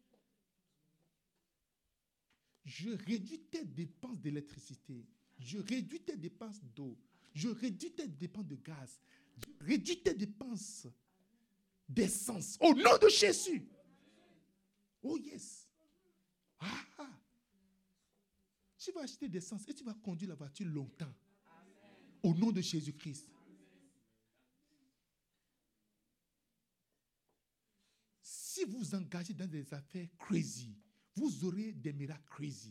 Je réduis tes dépenses d'électricité. Je réduis tes dépenses d'eau. Je réduis tes dépenses de gaz. Je réduis tes dépenses d'essence. Au nom de Jésus. Oh yes. Ah, ah. Tu vas acheter d'essence et tu vas conduire la voiture longtemps. Amen. au nom de Jésus-Christ. Si vous vous engagez dans des affaires crazy, vous aurez des miracles crazy.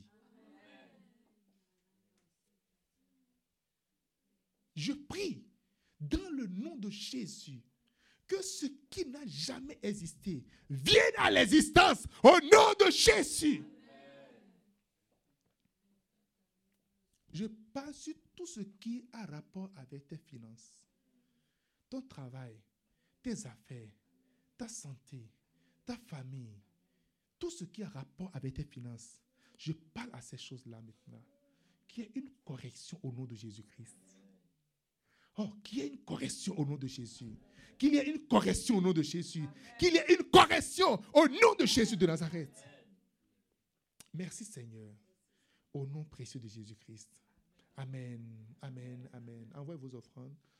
Je prie dans le nom de Jésus que ce qui n'a jamais existé vienne à l'existence au nom de Jésus. Je parle sur tout ce qui a rapport avec tes finances, ton travail, tes affaires, ta santé, ta famille, tout ce qui a rapport avec tes finances. Je parle à ces choses-là maintenant. Qu'il y ait une correction au nom de Jésus-Christ. Oh, qu'il y ait une correction au nom de Jésus. Qu'il y ait une correction au nom de Jésus. Qu'il y ait une correction au nom de Jésus de Nazareth. Merci Seigneur. Au nom précieux de Jésus-Christ. Amen, amen, amen. Envoyez vos offrandes.